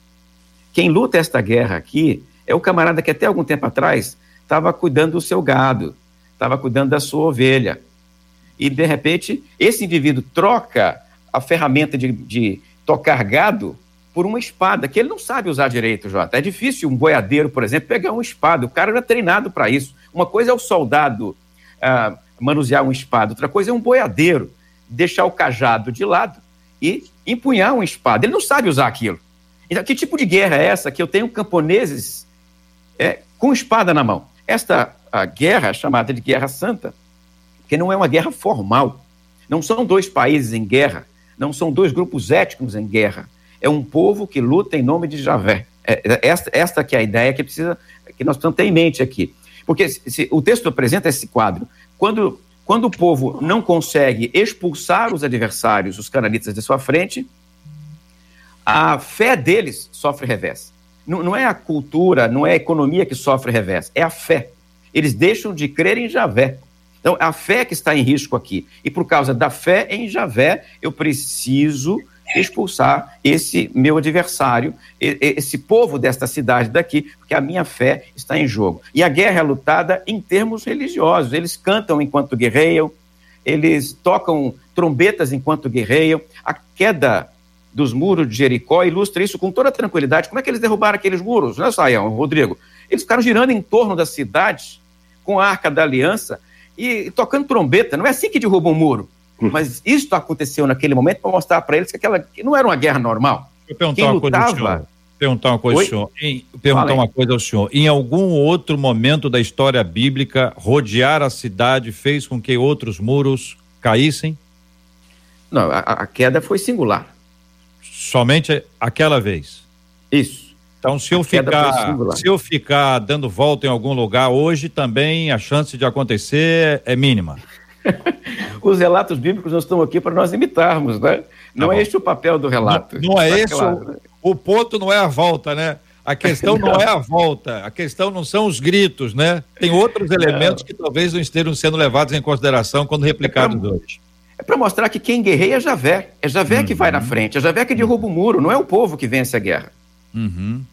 G: Quem luta esta guerra aqui é o camarada que até algum tempo atrás estava cuidando do seu gado, estava cuidando da sua ovelha. E, de repente, esse indivíduo troca a ferramenta de, de tocar gado por uma espada, que ele não sabe usar direito, Jota. É difícil um boiadeiro, por exemplo, pegar uma espada. O cara era treinado para isso. Uma coisa é o soldado ah, manusear uma espada, outra coisa é um boiadeiro deixar o cajado de lado e empunhar uma espada. Ele não sabe usar aquilo. Então, que tipo de guerra é essa que eu tenho camponeses é, com espada na mão? Esta a guerra, chamada de Guerra Santa, que não é uma guerra formal. Não são dois países em guerra, não são dois grupos étnicos em guerra. É um povo que luta em nome de Javé. É, esta, esta que é a ideia que, precisa, que nós precisamos ter em mente aqui. Porque se, se, o texto apresenta esse quadro. Quando, quando o povo não consegue expulsar os adversários, os cananitas de sua frente, a fé deles sofre revés. Não, não é a cultura, não é a economia que sofre revés, é a fé. Eles deixam de crer em Javé. Então, a fé que está em risco aqui. E por causa da fé em Javé, eu preciso expulsar esse meu adversário, esse povo desta cidade daqui, porque a minha fé está em jogo. E a guerra é lutada em termos religiosos. Eles cantam enquanto guerreiam, eles tocam trombetas enquanto guerreiam. A queda dos muros de Jericó ilustra isso com toda tranquilidade. Como é que eles derrubaram aqueles muros, né, Saião, Rodrigo? Eles ficaram girando em torno da cidade com a Arca da Aliança e tocando trombeta. Não é assim que derruba um muro. Mas isso aconteceu naquele momento para mostrar para eles que aquela que não era uma guerra normal.
B: Eu perguntar Quem uma lutava... coisa ao senhor. Perguntar uma coisa ao senhor. Em, perguntar uma coisa ao senhor. Em algum outro momento da história bíblica, rodear a cidade fez com que outros muros caíssem?
G: Não, a, a queda foi singular.
B: Somente aquela vez?
G: Isso.
B: Então, se eu, ficar, se eu ficar dando volta em algum lugar hoje, também a chance de acontecer é mínima.
G: Os relatos bíblicos não estão aqui para nós imitarmos, né? Não tá é este o papel do relato.
B: Não, não é tá esse claro, o, o ponto não é a volta, né? A questão não. não é a volta, a questão não são os gritos, né? Tem outros elementos não. que talvez não estejam sendo levados em consideração quando replicados é hoje.
G: É para mostrar que quem guerreia é Javé. É Javé uhum. que vai na frente, é Javé que derruba o muro, não é o povo que vence a guerra.
B: Uhum.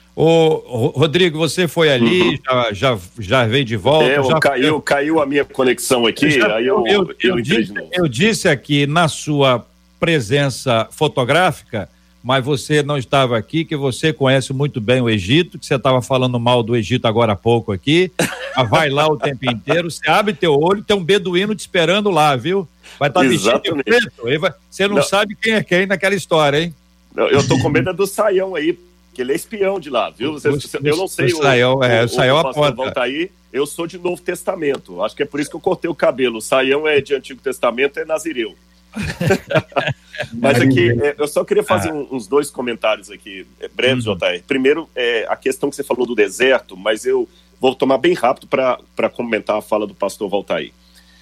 B: Ô, Rodrigo, você foi ali, uhum. já, já, já veio de volta.
F: É,
B: já...
F: caiu, caiu a minha conexão aqui, já, aí eu, eu, eu,
B: eu, disse, eu disse aqui na sua presença fotográfica, mas você não estava aqui, que você conhece muito bem o Egito, que você estava falando mal do Egito agora há pouco aqui, vai lá o tempo inteiro, você abre teu olho, tem um beduíno te esperando lá, viu? Vai estar tá vestido de preto, vai... você não, não sabe quem é quem naquela história, hein?
F: Não, eu tô com medo do Saião aí, que ele é espião de lá, viu? Você,
B: o,
F: eu não sei
B: o, o Saião, é, o,
F: o
B: Saião
F: aponta. Valtair, eu sou de Novo Testamento, acho que é por isso que eu cortei o cabelo. O Saião é de Antigo Testamento, é nazireu. Mas aqui, é, eu só queria fazer um, uns dois comentários aqui, é, breves, uhum. J R. Primeiro, é, a questão que você falou do deserto, mas eu vou tomar bem rápido para comentar a fala do pastor Valtair.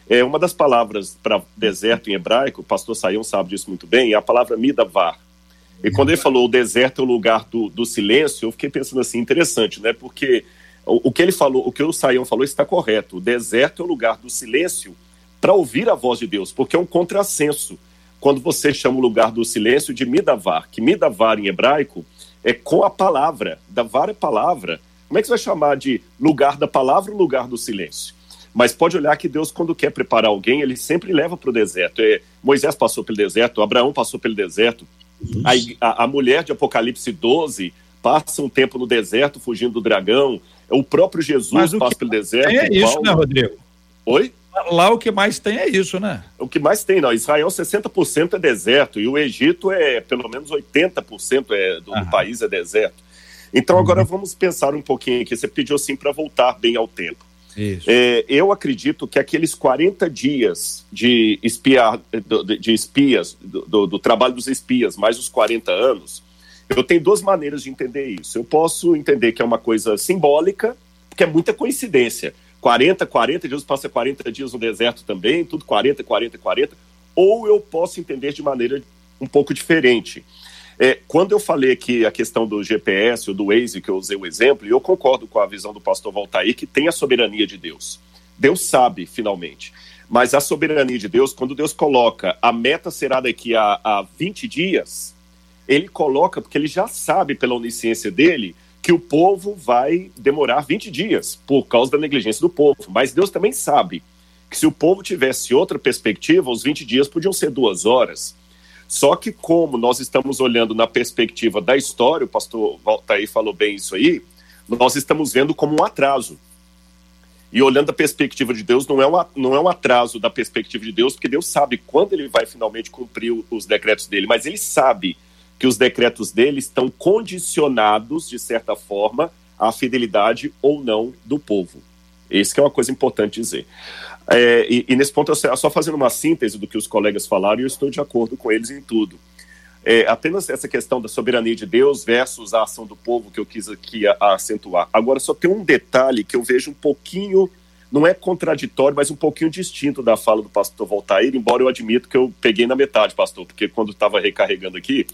F: É, uma das palavras para deserto em hebraico, o pastor Sayão sabe disso muito bem, é a palavra midavar. E quando ele falou o deserto é o lugar do, do silêncio, eu fiquei pensando assim, interessante, né? Porque o, o que ele falou, o que o Sayão falou está correto. O deserto é o lugar do silêncio para ouvir a voz de Deus, porque é um contrassenso. Quando você chama o lugar do silêncio de midavar, que midavar em hebraico é com a palavra, davar é palavra. Como é que você vai chamar de lugar da palavra ou lugar do silêncio? Mas pode olhar que Deus, quando quer preparar alguém, ele sempre leva para o deserto. É, Moisés passou pelo deserto, Abraão passou pelo deserto. A, a, a mulher de Apocalipse doze passa um tempo no deserto, fugindo do dragão. O próprio Jesus passa pelo deserto.
B: É isso, Paulo... né, Rodrigo?
F: Oi?
B: Lá o que mais tem é isso, né?
F: O que mais tem, não. Israel, sessenta por cento é deserto. E o Egito é, pelo menos, oitenta por cento é, do, do país é deserto. Então, agora uhum. vamos pensar um pouquinho aqui. Você pediu, assim, para voltar bem ao tempo.
B: Isso.
F: É, eu acredito que aqueles quarenta dias de, espiar, de, de espias, do, do, do trabalho dos espias, mais os quarenta anos, eu tenho duas maneiras de entender isso. Eu posso entender que é uma coisa simbólica, porque é muita coincidência. quarenta, quarenta, Deus passa quarenta dias no deserto também, tudo quarenta, quarenta, quarenta. Ou eu posso entender de maneira um pouco diferente. É, quando eu falei aqui a questão do G P S ou do Waze, que eu usei o exemplo, e eu concordo com a visão do pastor Valtair, que tem a soberania de Deus. Deus sabe, finalmente. Mas a soberania de Deus, quando Deus coloca a meta será daqui a, a vinte dias, ele coloca, porque ele já sabe, pela onisciência dele, que o povo vai demorar vinte dias, por causa da negligência do povo. Mas Deus também sabe que se o povo tivesse outra perspectiva, os vinte dias podiam ser duas horas. Só que como nós estamos olhando na perspectiva da história, o pastor Valtair falou bem isso aí, nós estamos vendo como um atraso. E olhando da perspectiva de Deus, não é, um, não é um atraso da perspectiva de Deus, porque Deus sabe quando ele vai finalmente cumprir os decretos dele, mas ele sabe que os decretos dele estão condicionados, de certa forma, à fidelidade ou não do povo. Isso que é uma coisa importante dizer. É, e, e nesse ponto, eu só fazendo uma síntese do que os colegas falaram, e eu estou de acordo com eles em tudo. É, apenas essa questão da soberania de Deus versus a ação do povo que eu quis aqui a, a acentuar. Agora, só tem um detalhe que eu vejo um pouquinho, não é contraditório, mas um pouquinho distinto da fala do pastor Valtair, embora eu admito que eu peguei na metade, pastor, porque quando estava recarregando aqui,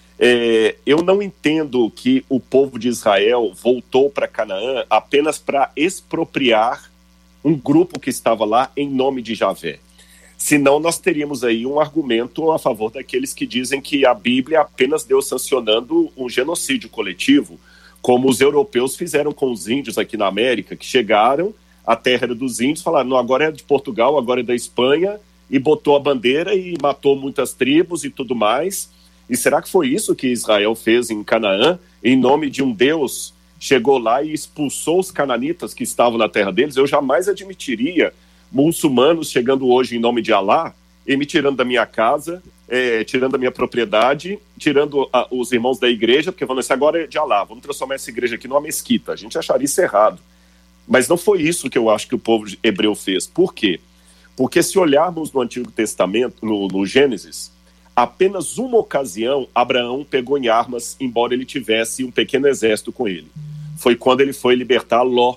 F: é, eu não entendo que o povo de Israel voltou para Canaã apenas para expropriar um grupo que estava lá em nome de Javé. Senão nós teríamos aí um argumento a favor daqueles que dizem que a Bíblia é apenas Deus sancionando um genocídio coletivo, como os europeus fizeram com os índios aqui na América, que chegaram, a terra era dos índios, falaram, não, agora é de Portugal, agora é da Espanha, e botou a bandeira e matou muitas tribos e tudo mais. E será que foi isso que Israel fez em Canaã, em nome de um Deus? Chegou lá e expulsou os cananitas que estavam na terra deles? Eu jamais admitiria muçulmanos chegando hoje em nome de Alá e me tirando da minha casa, é, tirando da minha propriedade, tirando a, os irmãos da igreja, porque vão dizer, agora é de Alá, vamos transformar essa igreja aqui numa mesquita. A gente acharia isso errado. Mas não foi isso que eu acho que o povo hebreu fez. Por quê? Porque se olharmos no Antigo Testamento, no, no Gênesis, apenas uma ocasião Abraão pegou em armas, embora ele tivesse um pequeno exército com ele. Foi quando ele foi libertar Ló,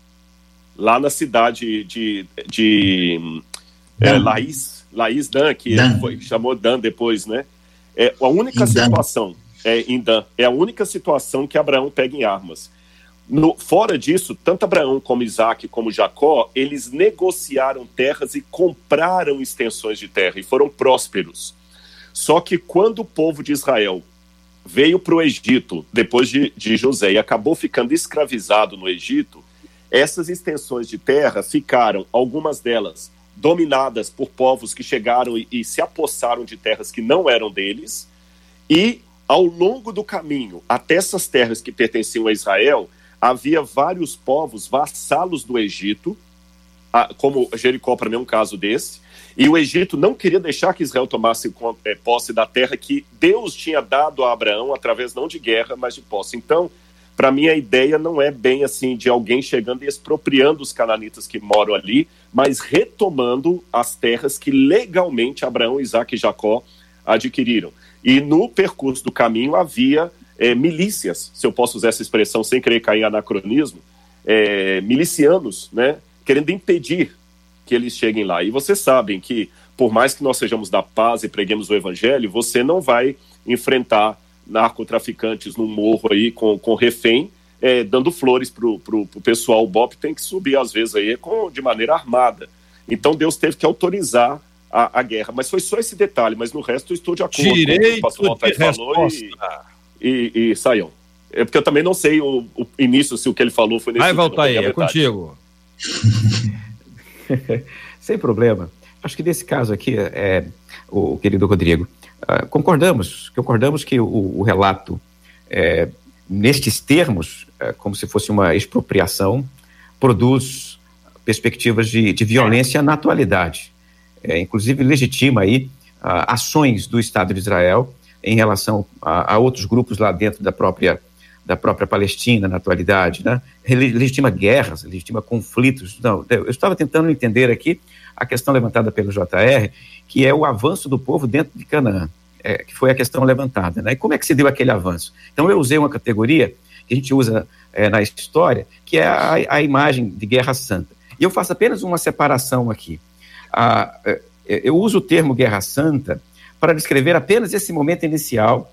F: lá na cidade de, de é, Laís, Laís Dan, que Dan. Foi, chamou Dan depois, né? É a única em situação, é, em Dan, é a única situação que Abraão pega em armas. No, fora disso, tanto Abraão como Isaac como Jacó, eles negociaram terras e compraram extensões de terra e foram prósperos. Só que quando o povo de Israel veio para o Egito, depois de, de José, e acabou ficando escravizado no Egito, essas extensões de terra ficaram, algumas delas, dominadas por povos que chegaram e, e se apossaram de terras que não eram deles, e ao longo do caminho, até essas terras que pertenciam a Israel, havia vários povos vassalos do Egito, como Jericó, para mim, é um caso desse, e o Egito não queria deixar que Israel tomasse posse da terra que Deus tinha dado a Abraão, através não de guerra, mas de posse. Então, para mim, a ideia não é bem assim de alguém chegando e expropriando os cananitas que moram ali, mas retomando as terras que legalmente Abraão, Isaac e Jacó adquiriram. E no percurso do caminho havia é, milícias, se eu posso usar essa expressão sem querer cair em anacronismo, é, milicianos, né, querendo impedir que eles cheguem lá. E vocês sabem que, por mais que nós sejamos da paz e preguemos o evangelho, você não vai enfrentar narcotraficantes num morro aí com, com refém, é, dando flores pro, pro, pro pessoal. O B O P tem que subir, às vezes, aí, com, de maneira armada. Então Deus teve que autorizar a, a guerra. Mas foi só esse detalhe, mas no resto eu estou de acordo
B: Direito
F: com o que o pastor Altair falou e, e, e saiam. É porque eu também não sei o, o início, se o que ele falou foi nesse
B: Vai, Valtair, é contigo.
G: Sem problema. Acho que nesse caso aqui, é, o, o querido Rodrigo, uh, concordamos, concordamos que o, o relato, é, nestes termos, é, como se fosse uma expropriação, produz perspectivas de, de violência na atualidade. É, inclusive legitima aí uh, ações do Estado de Israel em relação a, a outros grupos lá dentro da própria, da própria Palestina na atualidade, né? Legitima guerras, legitima conflitos. Não, eu estava tentando entender aqui a questão levantada pelo J R, que é o avanço do povo dentro de Canaã, é, que foi a questão levantada, né? E como é que se deu aquele avanço? Então eu usei uma categoria que a gente usa é, na história, que é a, a imagem de Guerra Santa. E eu faço apenas uma separação aqui. Ah, eu uso o termo Guerra Santa para descrever apenas esse momento inicial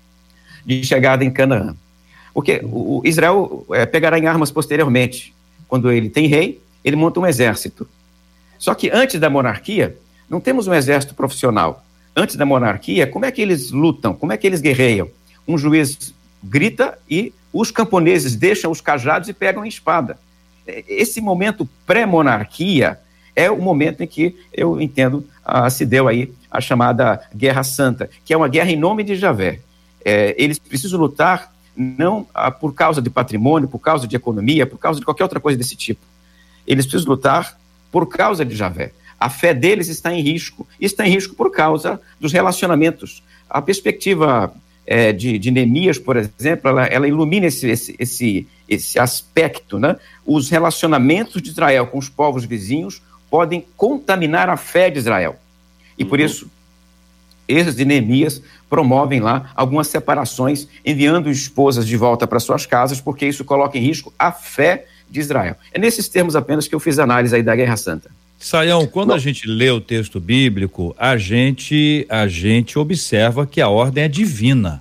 G: de chegada em Canaã. Porque o Israel é, pegará em armas posteriormente. Quando ele tem rei, ele monta um exército. Só que antes da monarquia, não temos um exército profissional. Antes da monarquia, como é que eles lutam? Como é que eles guerreiam? Um juiz grita e os camponeses deixam os cajados e pegam a espada. Esse momento pré-monarquia é o momento em que, eu entendo, ah, se deu aí a chamada Guerra Santa, que é uma guerra em nome de Javé. É, eles precisam lutar não ah, por causa de patrimônio, por causa de economia, por causa de qualquer outra coisa desse tipo. Eles precisam lutar por causa de Javé. A fé deles está em risco. Está em risco por causa dos relacionamentos. A perspectiva é, de, de Neemias, por exemplo, ela, ela ilumina esse, esse, esse, esse aspecto, né? Os relacionamentos de Israel com os povos vizinhos podem contaminar a fé de Israel. E por isso, esses de Neemias promovem lá algumas separações, enviando esposas de volta para suas casas, porque isso coloca em risco a fé de Israel. É nesses termos apenas que eu fiz análise aí da Guerra Santa.
B: Saião, quando Bom, a gente lê o texto bíblico, a gente, a gente observa que a ordem é divina.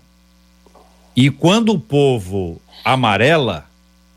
B: E quando o povo amarela,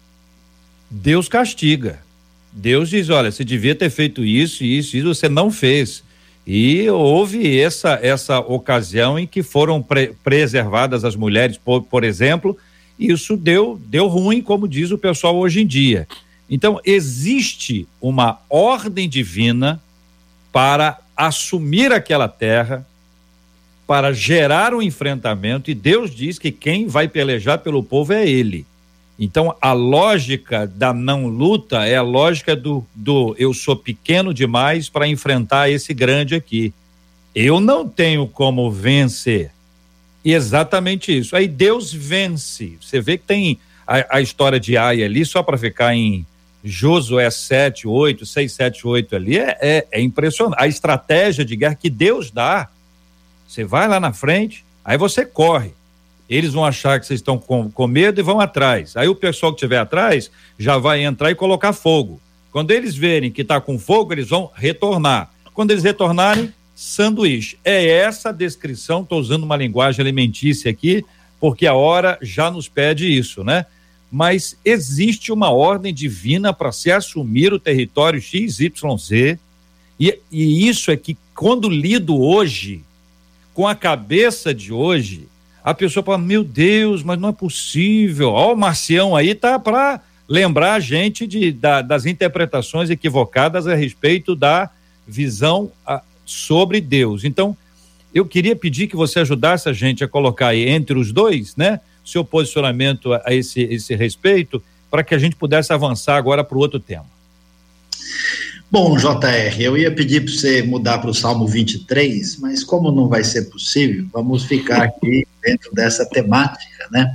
B: Deus castiga. Deus diz, olha, você devia ter feito isso, isso, isso, você não fez. E houve essa, essa ocasião em que foram pre- preservadas as mulheres, por, por exemplo, e isso deu, deu ruim, como diz o pessoal hoje em dia. Então, existe uma ordem divina para assumir aquela terra, para gerar um enfrentamento, e Deus diz que quem vai pelejar pelo povo é ele. Então, a lógica da não luta é a lógica do, do eu sou pequeno demais para enfrentar esse grande aqui. Eu não tenho como vencer. E exatamente isso. Aí Deus vence. Você vê que tem a, a história de Ai ali, só para ficar em Josué sete, oito, seis, sete, oito ali, é, é, é impressionante. A estratégia de guerra que Deus dá, você vai lá na frente, aí você corre. Eles vão achar que vocês estão com, com medo e vão atrás. Aí o pessoal que estiver atrás já vai entrar e colocar fogo. Quando eles verem que está com fogo, eles vão retornar. Quando eles retornarem, sanduíche. É essa a descrição, estou usando uma linguagem alimentícia aqui, porque a hora já nos pede isso, né? Mas existe uma ordem divina para se assumir o território X Y Z, e, e isso é que, quando lido hoje, com a cabeça de hoje, a pessoa fala, meu Deus, mas não é possível. Ó, o Marcião aí tá para lembrar a gente de, da, das interpretações equivocadas a respeito da visão a, sobre Deus. Então, eu queria pedir que você ajudasse a gente a colocar aí entre os dois, né, seu posicionamento a, a esse, esse respeito, para que a gente pudesse avançar agora para o outro tema.
E: Bom, J R, eu ia pedir para você mudar para o Salmo vinte e três, mas como não vai ser possível, vamos ficar aqui dentro dessa temática, né?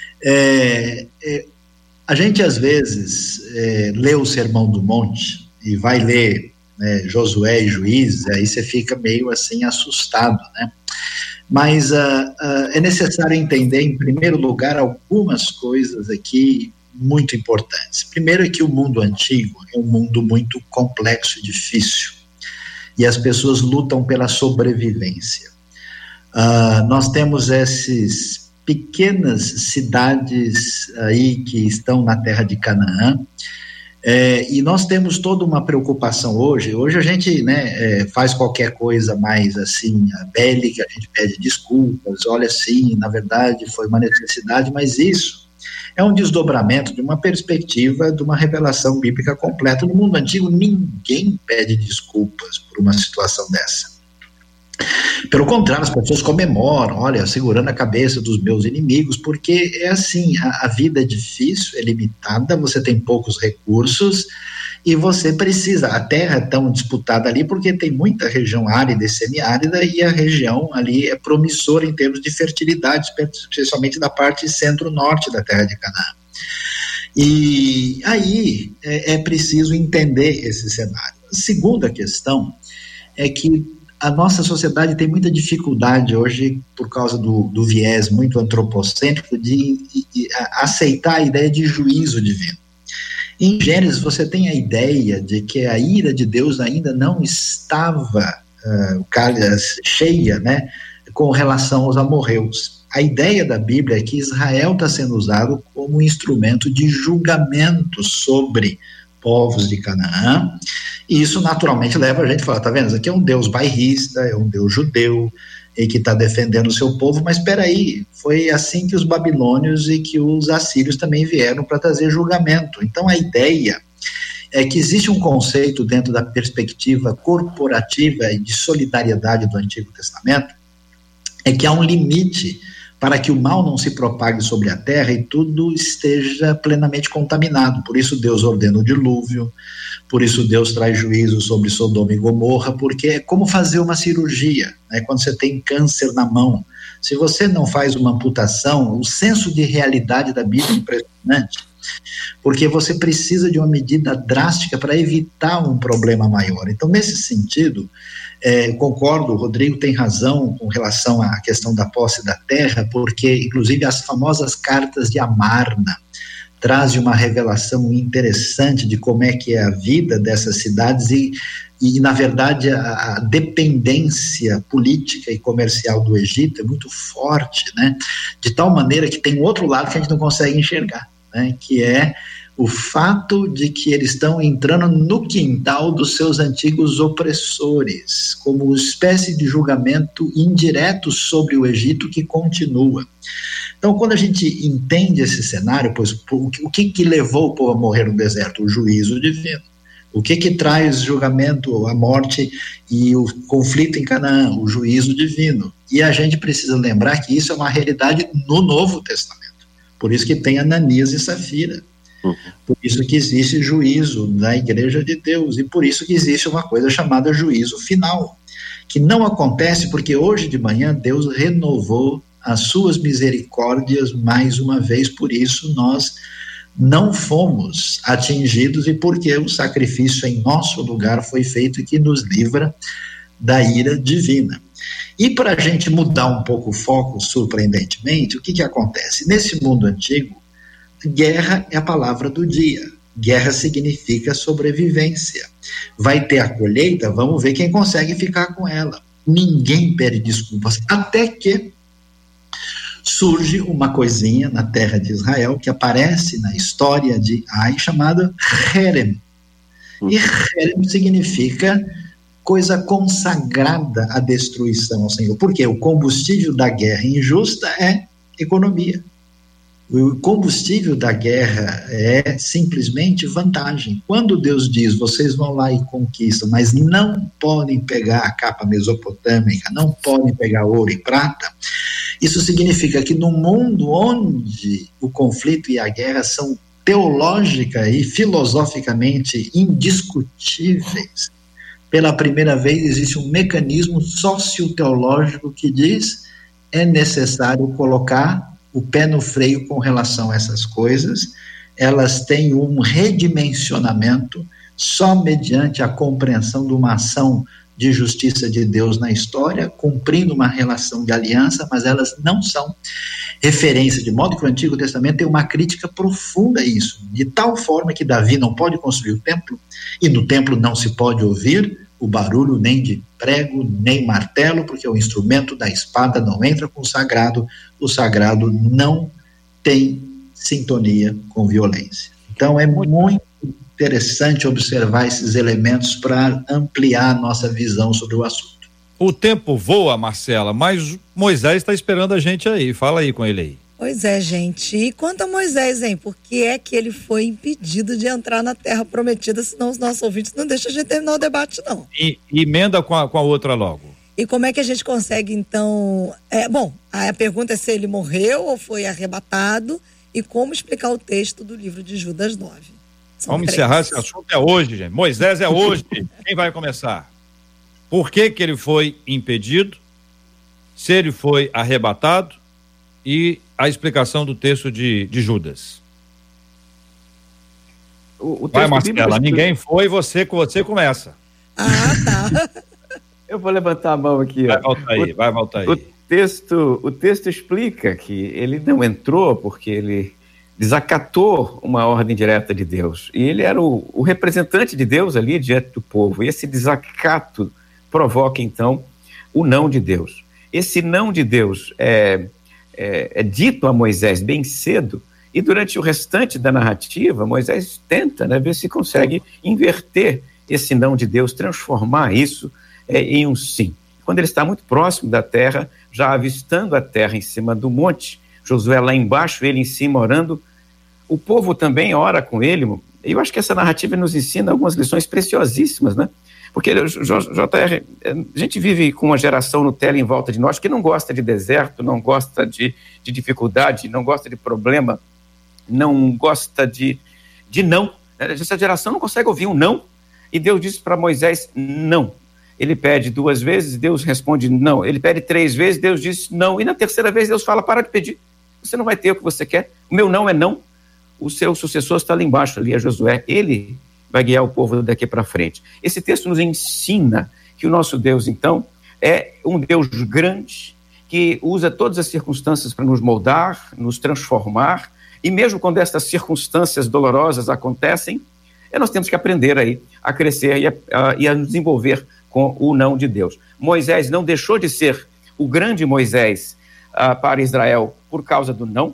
E: É, é, a gente, às vezes, é, lê o Sermão do Monte e vai ler, né, Josué e Juízes, aí você fica meio assim assustado, né? Mas uh, uh, é necessário entender, em primeiro lugar, algumas coisas aqui muito importantes. Primeiro é que o mundo antigo é um mundo muito complexo e difícil, e as pessoas lutam pela sobrevivência. Uh, nós temos essas pequenas cidades aí que estão na terra de Canaã, é, e nós temos toda uma preocupação hoje. Hoje a gente, né, é, faz qualquer coisa mais assim, bélica, a gente pede desculpas, olha, sim, na verdade foi uma necessidade, mas isso é um desdobramento de uma perspectiva de uma revelação bíblica completa. No mundo antigo, ninguém pede desculpas por uma situação dessa. Pelo contrário, as pessoas comemoram, olha, segurando a cabeça dos meus inimigos, porque é assim, a, a vida é difícil, é limitada, você tem poucos recursos e você precisa, a terra é tão disputada ali porque tem muita região árida e semiárida, e a região ali é promissora em termos de fertilidade, especialmente da parte centro-norte da terra de Canaã. E aí é, é preciso entender esse cenário. A segunda questão é que a nossa sociedade tem muita dificuldade hoje, por causa do, do viés muito antropocêntrico, de, de, de aceitar a ideia de juízo divino. Em Gênesis, você tem a ideia de que a ira de Deus ainda não estava uh, cheia, né, com relação aos amorreus. A ideia da Bíblia é que Israel está sendo usado como instrumento de julgamento sobre povos de Canaã, e isso naturalmente leva a gente a falar, tá vendo, isso aqui é um Deus bairrista, é um Deus judeu, e que está defendendo o seu povo, mas espera aí, foi assim que os babilônios e que os assírios também vieram para trazer julgamento. Então a ideia é que existe um conceito dentro da perspectiva corporativa e de solidariedade do Antigo Testamento, é que há um limite para que o mal não se propague sobre a terra e tudo esteja plenamente contaminado. Por isso Deus ordena o dilúvio, por isso Deus traz juízo sobre Sodoma e Gomorra, porque é como fazer uma cirurgia, né? Quando você tem câncer na mão, se você não faz uma amputação, o senso de realidade da Bíblia é impressionante, porque você precisa de uma medida drástica para evitar um problema maior. Então, nesse sentido, É, concordo, o Rodrigo tem razão com relação à questão da posse da terra, porque inclusive as famosas cartas de Amarna trazem uma revelação interessante de como é que é a vida dessas cidades e, e na verdade a, a dependência política e comercial do Egito é muito forte, né? De tal maneira que tem outro lado que a gente não consegue enxergar, né? Que é o fato de que eles estão entrando no quintal dos seus antigos opressores, como uma espécie de julgamento indireto sobre o Egito que continua. Então, quando a gente entende esse cenário, pois, o que que levou o povo a morrer no deserto? O juízo divino. O que que traz julgamento, a morte e o conflito em Canaã? O juízo divino. E a gente precisa lembrar que isso é uma realidade no Novo Testamento. Por isso que tem Ananias e Safira. Por isso que existe juízo na Igreja de Deus, e por isso que existe uma coisa chamada juízo final, que não acontece porque hoje de manhã Deus renovou as suas misericórdias mais uma vez, por isso nós não fomos atingidos e porque o sacrifício em nosso lugar foi feito e que nos livra da ira divina. E para a gente mudar um pouco o foco, surpreendentemente, o que que acontece? Nesse mundo antigo, guerra é a palavra do dia. Guerra significa sobrevivência. Vai ter a colheita, vamos ver quem consegue ficar com ela. Ninguém pede desculpas, até que surge uma coisinha na terra de Israel que aparece na história de Ai, chamada Herem. E Herem significa coisa consagrada à destruição ao Senhor. Porque o combustível da guerra injusta é economia. O combustível da guerra é simplesmente vantagem. Quando Deus diz, vocês vão lá e conquistam, mas não podem pegar a capa mesopotâmica, não podem pegar ouro e prata, isso significa que no mundo onde o conflito e a guerra são teológica e filosoficamente indiscutíveis, pela primeira vez existe um mecanismo socioteológico que diz é necessário colocar o pé no freio com relação a essas coisas. Elas têm um redimensionamento só mediante a compreensão de uma ação de justiça de Deus na história, cumprindo uma relação de aliança, mas elas não são referência, de modo que o Antigo Testamento tem uma crítica profunda a isso, de tal forma que Davi não pode construir o templo, e no templo não se pode ouvir o barulho nem de prego, nem martelo, porque o instrumento da espada não entra com o sagrado, o sagrado não tem sintonia com violência. Então é muito interessante observar esses elementos para ampliar a nossa visão sobre o assunto.
B: O tempo voa, Marcela, mas Moisés está esperando a gente aí. Fala aí com ele aí.
D: Pois é, gente. E quanto a Moisés, hein? Por que é que ele foi impedido de entrar na terra prometida, senão os nossos ouvintes não deixam a gente terminar o debate, não.
B: E, e emenda com a, com a outra logo.
D: E como é que a gente consegue, então... É, bom, a pergunta é se ele morreu ou foi arrebatado e como explicar o texto do livro de Judas nove. São
B: Vamos
D: três.
B: encerrar esse assunto, é hoje, gente. Moisés é hoje. Quem vai começar? Por que que ele foi impedido? Se ele foi arrebatado? E a explicação do texto de, de Judas.
G: O, o
B: vai,
G: texto
B: Marcela,
G: bíblico...
B: ninguém foi, você, você começa.
D: Ah, tá.
G: Eu vou levantar a mão aqui.
B: Vai
G: ó.
B: voltar aí,
G: o,
B: vai voltar aí.
G: O texto, o texto explica que ele não entrou porque ele desacatou uma ordem direta de Deus. E ele era o, o representante de Deus ali diante do povo. E esse desacato provoca, então, o não de Deus. Esse não de Deus é... É, é dito a Moisés bem cedo, e durante o restante da narrativa, Moisés tenta, né, ver se consegue inverter esse não de Deus, transformar isso é, em um sim. Quando ele está muito próximo da terra, já avistando a terra em cima do monte, Josué lá embaixo, ele em cima orando, o povo também ora com ele. Eu acho que essa narrativa nos ensina algumas lições preciosíssimas, né? Porque, J R, a gente vive com uma geração Nutella em volta de nós que não gosta de deserto, não gosta de, de dificuldade, não gosta de problema, não gosta de, de não. Essa geração não consegue ouvir um não. E Deus disse para Moisés, não. Ele pede duas vezes, Deus responde não. Ele pede três vezes, Deus diz não. E na terceira vez Deus fala, para de pedir. Você não vai ter o que você quer. O meu não é não. O seu sucessor está ali embaixo, ali é Josué. Ele vai guiar o povo daqui para frente. Esse texto nos ensina que o nosso Deus, então, é um Deus grande, que usa todas as circunstâncias para nos moldar, nos transformar, e mesmo quando estas circunstâncias dolorosas acontecem, nós temos que aprender aí a crescer e a, a, e a nos desenvolver com o não de Deus. Moisés não deixou de ser o grande Moisés uh, para Israel por causa do não.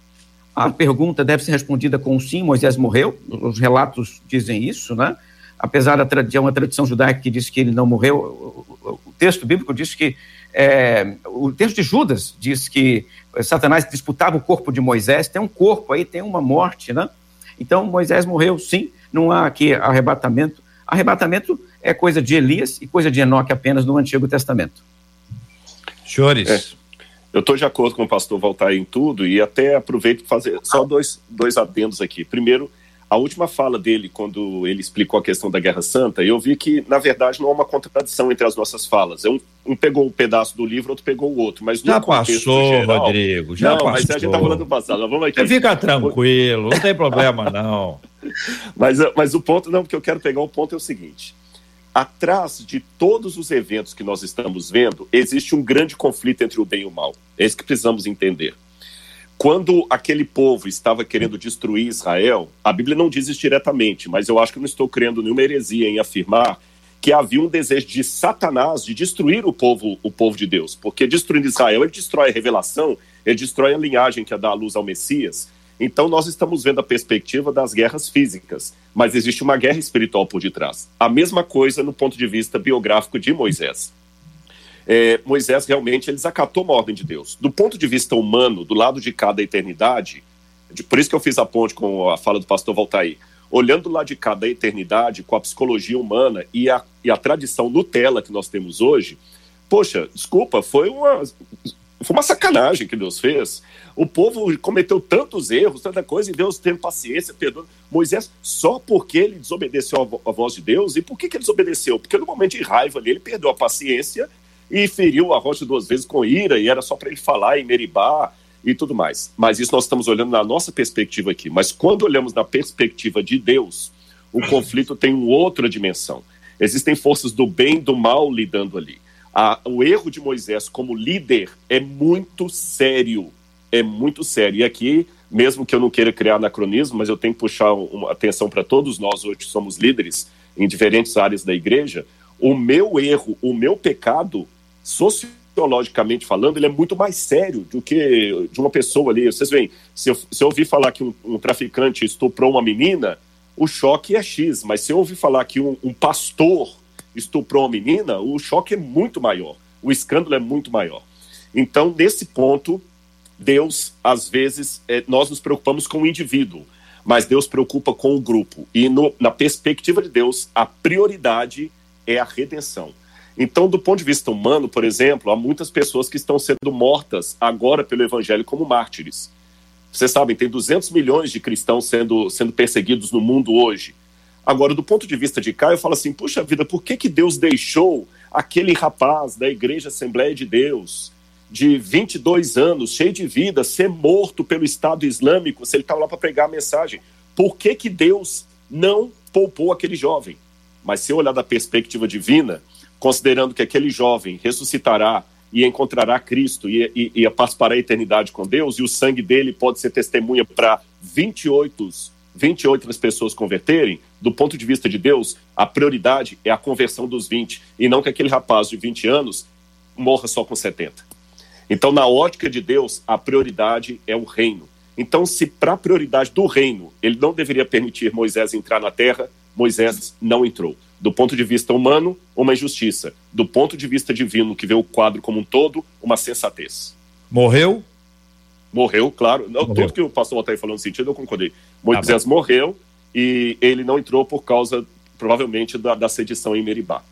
G: A pergunta deve ser respondida com sim, Moisés morreu, os relatos dizem isso, né? Apesar de uma tradição judaica que diz que ele não morreu, o, o texto bíblico diz que, é, o texto de Judas diz que Satanás disputava o corpo de Moisés, tem um corpo aí, tem uma morte, né? Então Moisés morreu sim, não há aqui arrebatamento. Arrebatamento é coisa de Elias e coisa de Enoque apenas no Antigo Testamento.
B: Senhores...
F: É. Eu estou de acordo com o pastor Valtair em tudo e até aproveito para fazer só dois, dois adendos aqui. Primeiro, a última fala dele, quando ele explicou a questão da Guerra Santa, eu vi que, na verdade, não há uma contradição entre as nossas falas. Um, um pegou um pedaço do livro, outro pegou o outro. Mas
B: já passou,
F: geral,
B: Rodrigo, já
F: não,
B: passou.
F: Mas a gente está falando do passado. Vamos aqui.
B: Você fica tranquilo, não tem problema, não.
F: Mas, mas o ponto, não, porque eu quero pegar o ponto é o seguinte. Atrás de todos os eventos que nós estamos vendo, existe um grande conflito entre o bem e o mal. É isso que precisamos entender. Quando aquele povo estava querendo destruir Israel, a Bíblia não diz isso diretamente, mas eu acho que não estou criando nenhuma heresia em afirmar que havia um desejo de Satanás de destruir o povo, o povo de Deus. Porque destruindo Israel, ele destrói a revelação, ele destrói a linhagem que ia dar a luz ao Messias. Então nós estamos vendo a perspectiva das guerras físicas, mas existe uma guerra espiritual por detrás. A mesma coisa no ponto de vista biográfico de Moisés. É, Moisés realmente ele desacatou uma ordem de Deus. Do ponto de vista humano, do lado de cá da eternidade, de, por isso que eu fiz a ponte com a fala do pastor Valtair, olhando do lado de cá da eternidade, com a psicologia humana e a, e a tradição Nutella que nós temos hoje, poxa, desculpa, foi uma... Foi uma sacanagem que Deus fez. O povo cometeu tantos erros, tanta coisa, e Deus tendo paciência, perdoando. Moisés, só porque ele desobedeceu a voz de Deus. E por que, que ele desobedeceu? Porque no momento de raiva ali, ele perdeu a paciência e feriu a rocha duas vezes com ira, e era só para ele falar em Meribá e tudo mais. Mas isso nós estamos olhando na nossa perspectiva aqui. Mas quando olhamos na perspectiva de Deus, o conflito tem uma outra dimensão. Existem forças do bem e do mal lidando ali. A, o erro de Moisés como líder é muito sério, é muito sério. E aqui, mesmo que eu não queira criar anacronismo, mas eu tenho que puxar uma atenção para todos nós hoje que somos líderes em diferentes áreas da igreja. O meu erro, o meu pecado, sociologicamente falando, ele é muito mais sério do que de uma pessoa ali. Vocês veem, se eu, se eu ouvir falar que um, um traficante estuprou uma menina, o choque é X, mas se eu ouvir falar que um, um pastor estuprou uma menina, o choque é muito maior, o escândalo é muito maior. Então, nesse ponto, Deus, às vezes, é, nós nos preocupamos com o indivíduo, mas Deus preocupa com o grupo. E no, na perspectiva de Deus, a prioridade é a redenção. Então, do ponto de vista humano, por exemplo, há muitas pessoas que estão sendo mortas agora pelo evangelho como mártires. Vocês sabem, tem duzentos milhões de cristãos sendo, sendo perseguidos no mundo hoje. Agora, do ponto de vista de cá, eu falo assim, puxa vida, por que que Deus deixou aquele rapaz da Igreja Assembleia de Deus, de vinte e dois anos, cheio de vida, ser morto pelo Estado Islâmico, se ele estava lá para pregar a mensagem? Por que que Deus não poupou aquele jovem? Mas se eu olhar da perspectiva divina, considerando que aquele jovem ressuscitará e encontrará Cristo e, e, e participará a eternidade com Deus, e o sangue dele pode ser testemunha para vinte e oito, vinte e oito pessoas converterem, do ponto de vista de Deus, a prioridade é a conversão dos vinte, e não que aquele rapaz de vinte anos morra só com setenta. Então, na ótica de Deus, a prioridade é o reino. Então, se para a prioridade do reino, ele não deveria permitir Moisés entrar na terra, Moisés não entrou. Do ponto de vista humano, uma injustiça. Do ponto de vista divino, que vê o quadro como um todo, uma sensatez.
B: Morreu?
F: Morreu, claro. Não, morreu. Tudo que o pastor Walter falou no sentido, eu concordei. Moisés ah, morreu e ele não entrou por causa, provavelmente, da, da sedição em Meribá.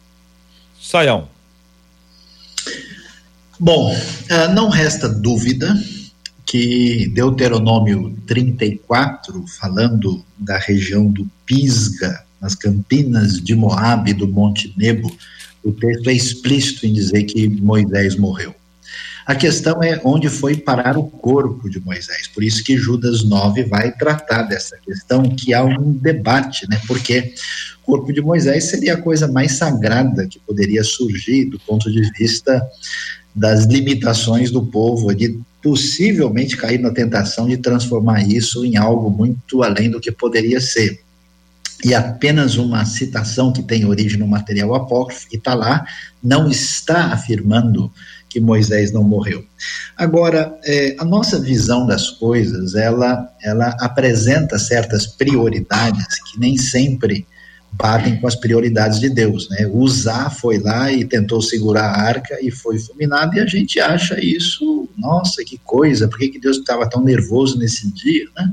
B: Saião.
E: Bom, uh, não resta dúvida que Deuteronômio trinta e quatro, falando da região do Pisga, nas campinas de Moabe, do Monte Nebo, o texto é explícito em dizer que Moisés morreu. A questão é onde foi parar o corpo de Moisés, por isso que Judas nove vai tratar dessa questão, que há um debate, né? Porque o corpo de Moisés seria a coisa mais sagrada que poderia surgir do ponto de vista das limitações do povo, de possivelmente cair na tentação de transformar isso em algo muito além do que poderia ser. E apenas uma citação que tem origem no material apócrifo, que está lá, não está afirmando que Moisés não morreu. Agora, é, a nossa visão das coisas, ela, ela apresenta certas prioridades que nem sempre batem com as prioridades de Deus, né? Uzá foi lá e tentou segurar a arca e foi fulminado, e a gente acha isso, nossa, que coisa, por que que Deus estava tão nervoso nesse dia, né?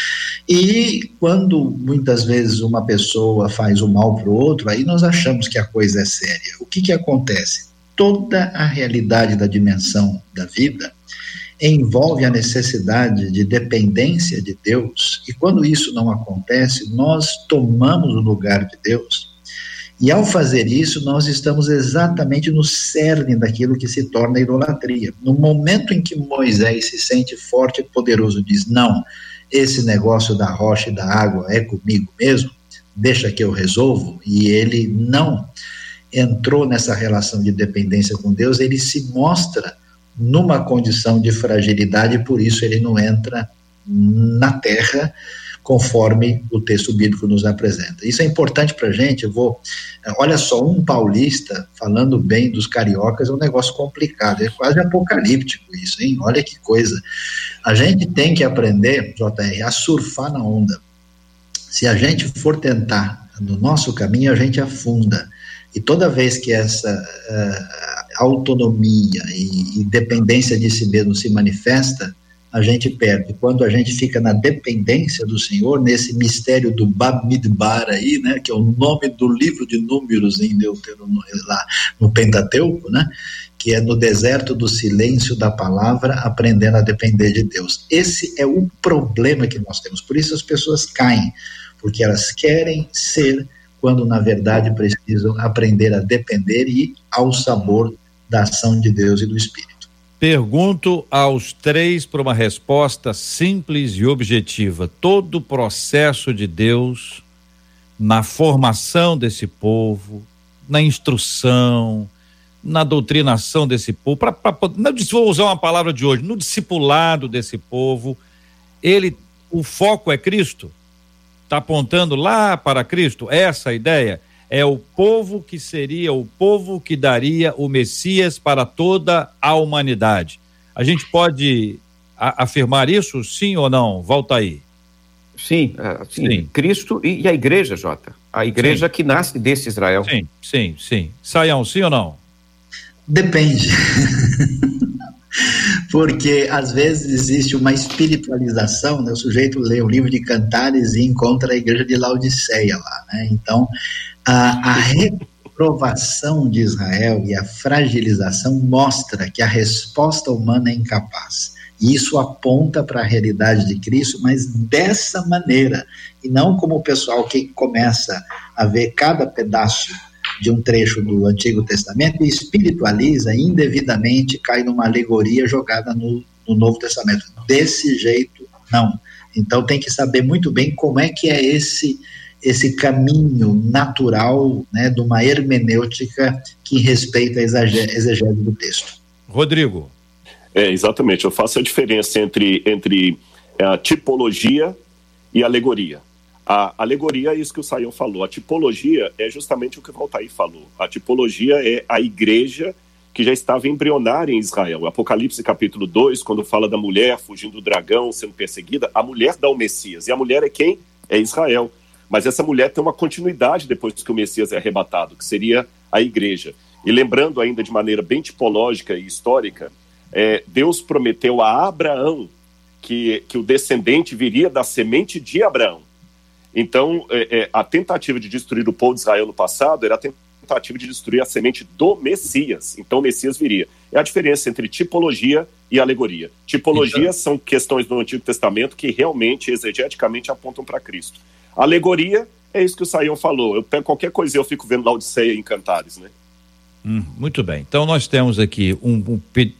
E: E quando muitas vezes uma pessoa faz o mal para o outro, aí nós achamos que a coisa é séria. O que que acontece? Toda a realidade da dimensão da vida envolve a necessidade de dependência de Deus, e quando isso não acontece, nós tomamos o lugar de Deus, e ao fazer isso, nós estamos exatamente no cerne daquilo que se torna idolatria. No momento em que Moisés se sente forte e poderoso, diz, não, esse negócio da rocha e da água é comigo mesmo, deixa que eu resolvo, e ele não entrou nessa relação de dependência com Deus, ele se mostra numa condição de fragilidade, e por isso ele não entra na terra, conforme o texto bíblico nos apresenta. Isso é importante para a gente. Eu vou, olha só, um paulista falando bem dos cariocas é um negócio complicado, é quase apocalíptico isso, hein? Olha que coisa. A gente tem que aprender, J R, a surfar na onda. Se a gente for tentar no nosso caminho, a gente afunda. E toda vez que essa uh, autonomia e, e dependência de si mesmo se manifesta, a gente perde. Quando a gente fica na dependência do Senhor, nesse mistério do Bamidbar aí, né, que é o nome do livro de Números em Deuteronômio, lá no Pentateuco, né, que é no deserto do silêncio da palavra, aprendendo a depender de Deus. Esse é o problema que nós temos. Por isso as pessoas caem, porque elas querem ser, quando na verdade precisam aprender a depender e ir ao sabor da ação de Deus e do Espírito.
B: Pergunto aos três por uma resposta simples e objetiva. Todo o processo de Deus na formação desse povo, na instrução, na doutrinação desse povo, pra, pra, não vou usar uma palavra de hoje, no discipulado desse povo, ele, o foco é Cristo? Está apontando lá para Cristo? Essa a ideia? É o povo que seria o povo que daria o Messias para toda a humanidade. A gente pode a, afirmar isso, sim ou não? Volta aí.
G: Sim, uh, sim. sim. Cristo e, e a igreja, Jota. A igreja sim. que nasce desse Israel.
B: Sim, sim, sim. Saião, sim ou não?
E: Depende. Porque às vezes existe uma espiritualização, né? O sujeito lê o livro de Cantares e encontra a igreja de Laodiceia lá, né? Então, a, a reprovação de Israel e a fragilização mostra que a resposta humana é incapaz. E isso aponta para a realidade de Cristo, mas dessa maneira, e não como o pessoal que começa a ver cada pedaço de um trecho do Antigo Testamento e espiritualiza indevidamente, cai numa alegoria jogada no, no Novo Testamento. Desse jeito, não. Então tem que saber muito bem como é que é esse, esse caminho natural, né, de uma hermenêutica que respeita a exegese do texto.
B: Rodrigo.
F: É, exatamente, eu faço a diferença entre, entre a tipologia e a alegoria. A alegoria é isso que o Saião falou, a tipologia é justamente o que o Valtair falou. A tipologia é a igreja que já estava embrionária em Israel. Apocalipse capítulo dois, quando fala da mulher fugindo do dragão, sendo perseguida, a mulher dá o Messias, e a mulher é quem? É Israel. Mas essa mulher tem uma continuidade depois que o Messias é arrebatado, que seria a igreja. E lembrando ainda de maneira bem tipológica e histórica, É, Deus prometeu a Abraão que, que o descendente viria da semente de Abraão. Então, é, é, a tentativa de destruir o povo de Israel no passado era a tentativa de destruir a semente do Messias. Então, o Messias viria. É a diferença entre tipologia e alegoria. Tipologia então... são questões do Antigo Testamento que realmente, exegeticamente, apontam para Cristo. Alegoria é isso que o Saião falou. Eu pego qualquer coisa e eu fico vendo Laodiceia em Cantares, né?
B: Hum, muito bem. Então, nós temos aqui um... um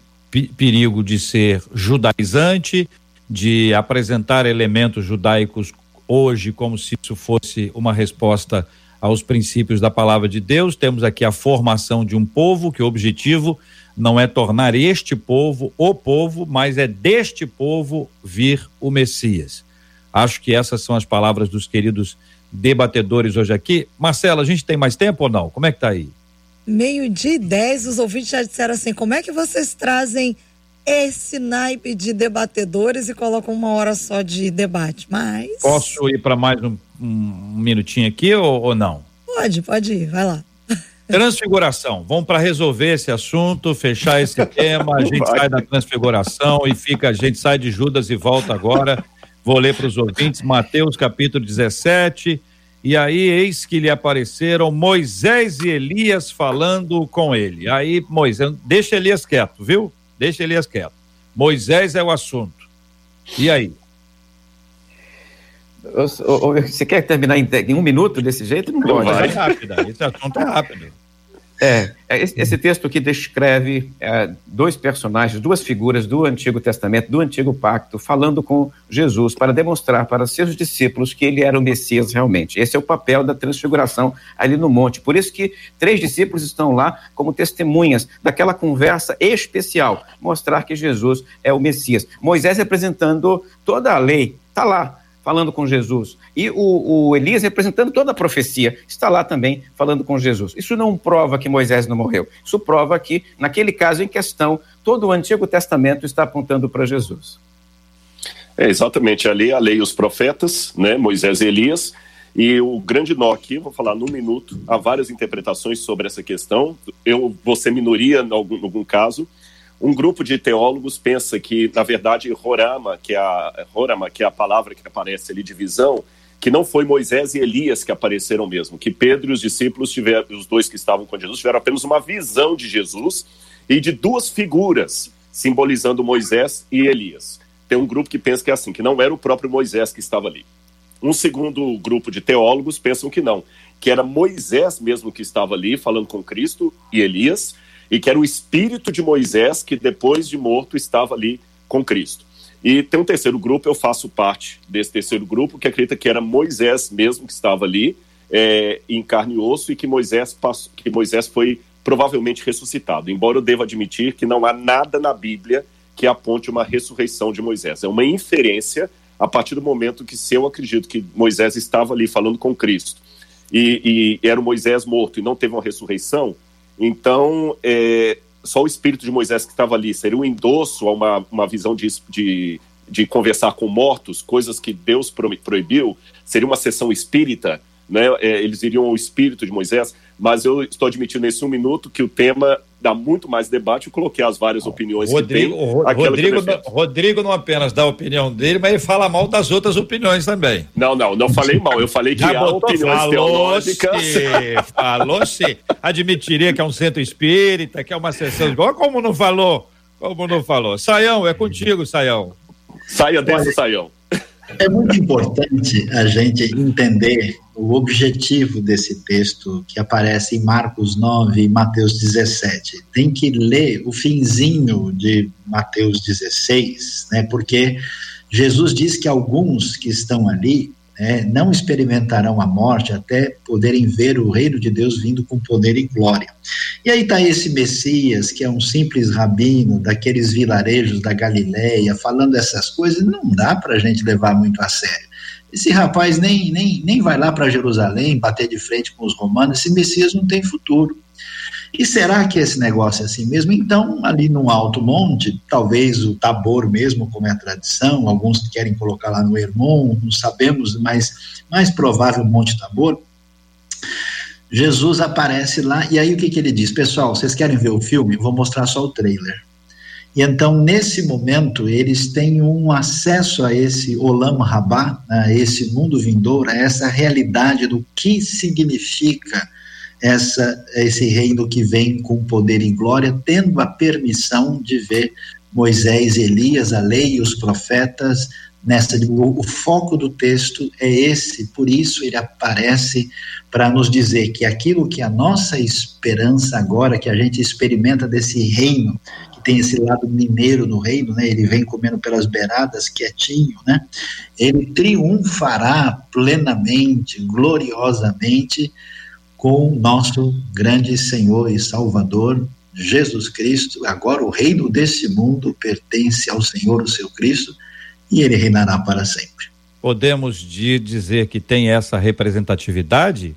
B: perigo de ser judaizante, de apresentar elementos judaicos hoje como se isso fosse uma resposta aos princípios da palavra de Deus. Temos aqui a formação de um povo, que o objetivo não é tornar este povo o povo, mas é deste povo vir o Messias. Acho que essas são as palavras dos queridos debatedores hoje aqui. Marcelo, a gente tem mais tempo ou não? Como é que tá aí?
D: Meio-dia e dez, os ouvintes já disseram assim, como é que vocês trazem esse naipe de debatedores e colocam uma hora só de debate? Mas...
B: Posso ir para mais um, um minutinho aqui ou, ou não?
D: Pode, pode ir, vai lá.
B: Transfiguração, vamos para resolver esse assunto, fechar esse tema, a gente vai. Sai da transfiguração e fica, a gente sai de Judas e volta agora. Vou ler para os ouvintes, Mateus capítulo dezessete... E aí, eis que lhe apareceram Moisés e Elias falando com ele. Aí, Moisés, deixa Elias quieto, viu? Deixa Elias quieto. Moisés é o assunto. E aí?
G: Você quer terminar em, em um minuto desse jeito? Não,
B: Não
G: pode.
B: Vai rápido, esse assunto é rápido.
G: É, esse, esse texto aqui descreve é, dois personagens, duas figuras do Antigo Testamento, do Antigo Pacto, falando com Jesus para demonstrar para seus discípulos que ele era o Messias realmente. Esse é o papel da transfiguração ali no monte. Por isso que três discípulos estão lá como testemunhas daquela conversa especial, mostrar que Jesus é o Messias. Moisés representando toda a lei, está lá, falando com Jesus. E o, o Elias, representando toda a profecia, está lá também falando com Jesus. Isso não prova que Moisés não morreu. Isso prova que, naquele caso em questão, todo o Antigo Testamento está apontando para Jesus.
F: É, exatamente. A lei, a lei e os profetas, né, Moisés e Elias. E o grande nó aqui, vou falar num minuto, há várias interpretações sobre essa questão. Eu vou ser minoria em algum, em algum caso. Um grupo de teólogos pensa que, na verdade, Rorama, que é a, Rorama, que é a palavra que aparece ali de visão, que não foi Moisés e Elias que apareceram mesmo, que Pedro e os discípulos tiveram, os dois que estavam com Jesus, tiveram apenas uma visão de Jesus e de duas figuras simbolizando Moisés e Elias. Tem um grupo que pensa que é assim, que não era o próprio Moisés que estava ali. Um segundo grupo de teólogos pensam que não, que era Moisés mesmo que estava ali falando com Cristo e Elias, e que era o espírito de Moisés que depois de morto estava ali com Cristo. E tem um terceiro grupo, eu faço parte desse terceiro grupo, que acredita que era Moisés mesmo que estava ali, é, em carne e osso, e que Moisés, passou, que Moisés foi provavelmente ressuscitado, embora eu deva admitir que não há nada na Bíblia que aponte uma ressurreição de Moisés. É uma inferência a partir do momento que, se eu acredito que Moisés estava ali falando com Cristo e, e era o Moisés morto e não teve uma ressurreição, então é, só o espírito de Moisés que estava ali seria um endosso a uma, uma visão de, de, de conversar com mortos, coisas que Deus proibiu, seria uma sessão espírita, né? É, eles iriam ao espírito de Moisés, mas eu estou admitindo nesse um minuto que o tema dá muito mais debate. Eu coloquei as várias opiniões
B: Rodrigo,
F: que tem.
B: O Rodrigo, não, Rodrigo não apenas dá a opinião dele, mas ele fala mal das outras opiniões também.
F: Não, não, não falei mal. Eu falei que
B: Já
F: há opiniões teológicas.
B: Falou-se, admitiria que é um centro espírita, que é uma sessão igual. Como não falou? Como não falou? Saião, é contigo, Saião.
F: Saia dessa, Saião.
E: É muito importante a gente entender o objetivo desse texto que aparece em Marcos nove e Mateus dezessete. Tem que ler o finzinho de Mateus dezesseis, né? Porque Jesus diz que alguns que estão ali, né, não experimentarão a morte até poderem ver o reino de Deus vindo com poder e glória. E aí está esse Messias, que é um simples rabino daqueles vilarejos da Galileia, falando essas coisas, não dá para a gente levar muito a sério. Esse rapaz nem, nem, nem vai lá para Jerusalém bater de frente com os romanos, esse Messias não tem futuro. E será que esse negócio é assim mesmo? Então, ali no Alto Monte, talvez o Tabor mesmo, como é a tradição, alguns querem colocar lá no Hermon, não sabemos, mas mais provável Monte Tabor, Jesus aparece lá, e aí o que, que ele diz? Pessoal, vocês querem ver o filme? Vou mostrar só o trailer. E então, nesse momento, eles têm um acesso a esse Olam Rabá, a esse mundo vindouro, a essa realidade do que significa essa, esse reino que vem com poder e glória, tendo a permissão de ver Moisés, Elias, a lei e os profetas. Nessa, o, o foco do texto é esse, por isso ele aparece para nos dizer que aquilo que a nossa esperança agora, que a gente experimenta desse reino, que tem esse lado mineiro no reino, né, ele vem comendo pelas beiradas, quietinho, né, ele triunfará plenamente, gloriosamente, com o nosso grande Senhor e Salvador, Jesus Cristo. Agora o reino desse mundo pertence ao Senhor, o seu Cristo, e ele reinará para sempre.
B: Podemos dizer que tem essa representatividade?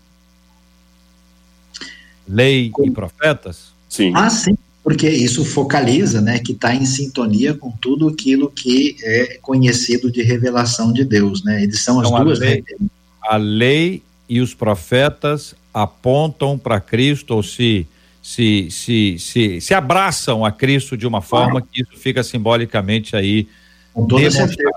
B: Lei Com... e profetas?
F: Sim.
E: Ah, sim, porque isso focaliza, né, que está em sintonia com tudo aquilo que é conhecido de revelação de Deus, né? Eles são as então, duas.
B: A lei, a lei e os profetas apontam para Cristo, ou se, se, se, se, se abraçam a Cristo de uma forma ah. que isso fica simbolicamente aí.
E: Com toda certeza.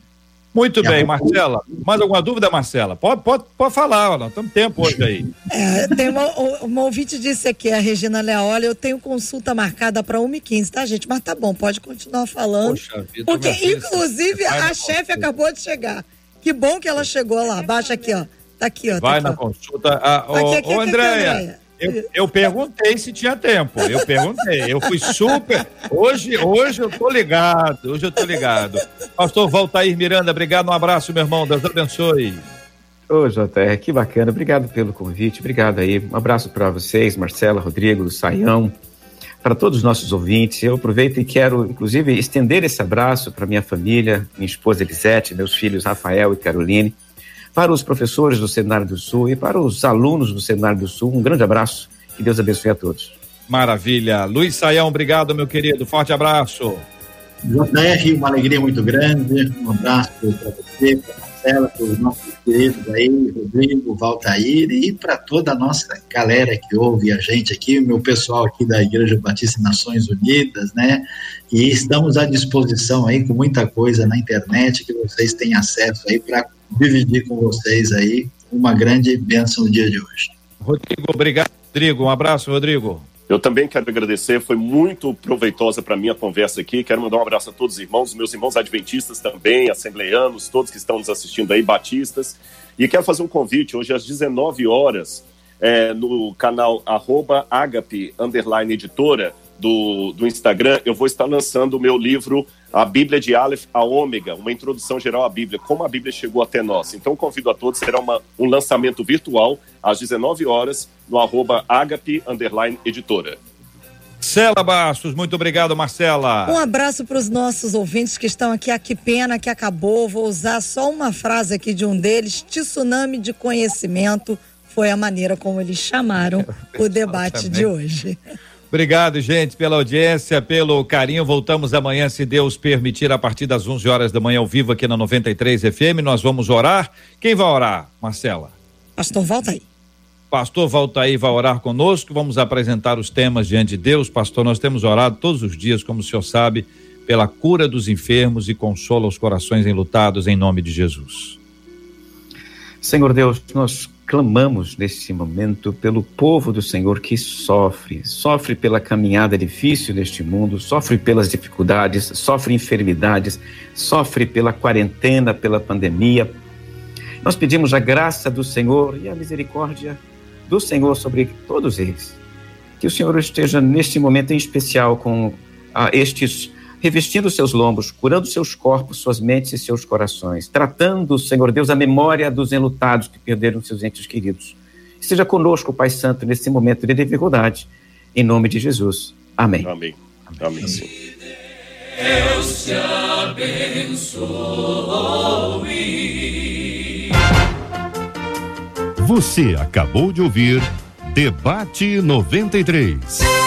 B: Muito e bem, Marcela. Mais alguma dúvida, Marcela? Pode, pode, pode falar, nós estamos tempo hoje aí.
D: É, tem uma, uma ouvinte disse aqui, a Regina Leal, olha, eu tenho consulta marcada para uma e quinze, tá, gente? Mas tá bom, pode continuar falando. Poxa vida, porque, inclusive, a chefe acabou de chegar. Que bom que ela chegou lá. Baixa aqui, ó. Tá aqui, ó. Tá
B: Vai
D: aqui,
B: na
D: ó.
B: consulta. Ah, ô, aqui, aqui, ô, Andréia. Aqui, Eu, eu perguntei se tinha tempo, eu perguntei, eu fui super, hoje, hoje eu tô ligado, hoje eu tô ligado. Pastor Valtair Miranda, obrigado, um abraço, meu irmão, Deus abençoe.
G: Ô, J R, que bacana, obrigado pelo convite, obrigado aí, um abraço para vocês, Marcela, Rodrigo, Saião, para todos os nossos ouvintes. Eu aproveito e quero, inclusive, estender esse abraço para minha família, minha esposa Elisete, meus filhos Rafael e Caroline, para os professores do Seminário do Sul e para os alunos do Seminário do Sul, um grande abraço, que Deus abençoe a todos.
B: Maravilha. Luiz Saião, obrigado, meu querido, forte abraço.
E: J R, uma alegria muito grande, um abraço para você, para a Marcela, para os nossos queridos aí, Rodrigo, Valtair, e para toda a nossa galera que ouve a gente aqui, o meu pessoal aqui da Igreja Batista Nações Unidas, né, e estamos à disposição aí com muita coisa na internet que vocês têm acesso aí para dividir com vocês aí uma grande bênção no dia de hoje.
B: Rodrigo, obrigado, Rodrigo, um abraço, Rodrigo.
F: Eu também quero agradecer, foi muito proveitosa para mim a conversa aqui, quero mandar um abraço a todos os irmãos, meus irmãos adventistas também, assembleianos, todos que estão nos assistindo aí, batistas, e quero fazer um convite, hoje às dezenove horas, é, no canal arroba agape, underline editora, do, do Instagram, eu vou estar lançando o meu livro, A Bíblia de Aleph a Ômega, uma introdução geral à Bíblia, como a Bíblia chegou até nós. Então, convido a todos, será uma, um lançamento virtual às dezenove horas no arroba agape underline editora.
B: Marcela Bastos, muito obrigado, Marcela.
D: Um abraço para os nossos ouvintes que estão aqui. Ah, que pena que acabou. Vou usar só uma frase aqui de um deles. Tsunami de conhecimento foi a maneira como eles chamaram o debate de hoje.
B: Obrigado, gente, pela audiência, pelo carinho. Voltamos amanhã, se Deus permitir, a partir das onze horas da manhã, ao vivo aqui na noventa e três F M. Nós vamos orar. Quem vai orar, Marcela?
D: Pastor Valtair.
B: Pastor Valtair vai orar conosco. Vamos apresentar os temas diante de Deus. Pastor, nós temos orado todos os dias, como o senhor sabe, pela cura dos enfermos e consola os corações enlutados, em nome de Jesus.
G: Senhor Deus, nós clamamos nesse momento pelo povo do Senhor que sofre, sofre pela caminhada difícil neste mundo, sofre pelas dificuldades, sofre enfermidades, sofre pela quarentena, pela pandemia. Nós pedimos a graça do Senhor e a misericórdia do Senhor sobre todos eles. Que o Senhor esteja neste momento em especial com ah, estes, revestindo seus lombos, curando seus corpos, suas mentes e seus corações, tratando, Senhor Deus, a memória dos enlutados que perderam seus entes queridos. Esteja conosco, Pai Santo, nesse momento de dificuldade, em nome de Jesus. Amém.
F: Amém. Amém. Amém.
H: Deus te abençoe.
A: Você acabou de ouvir Debate noventa e três.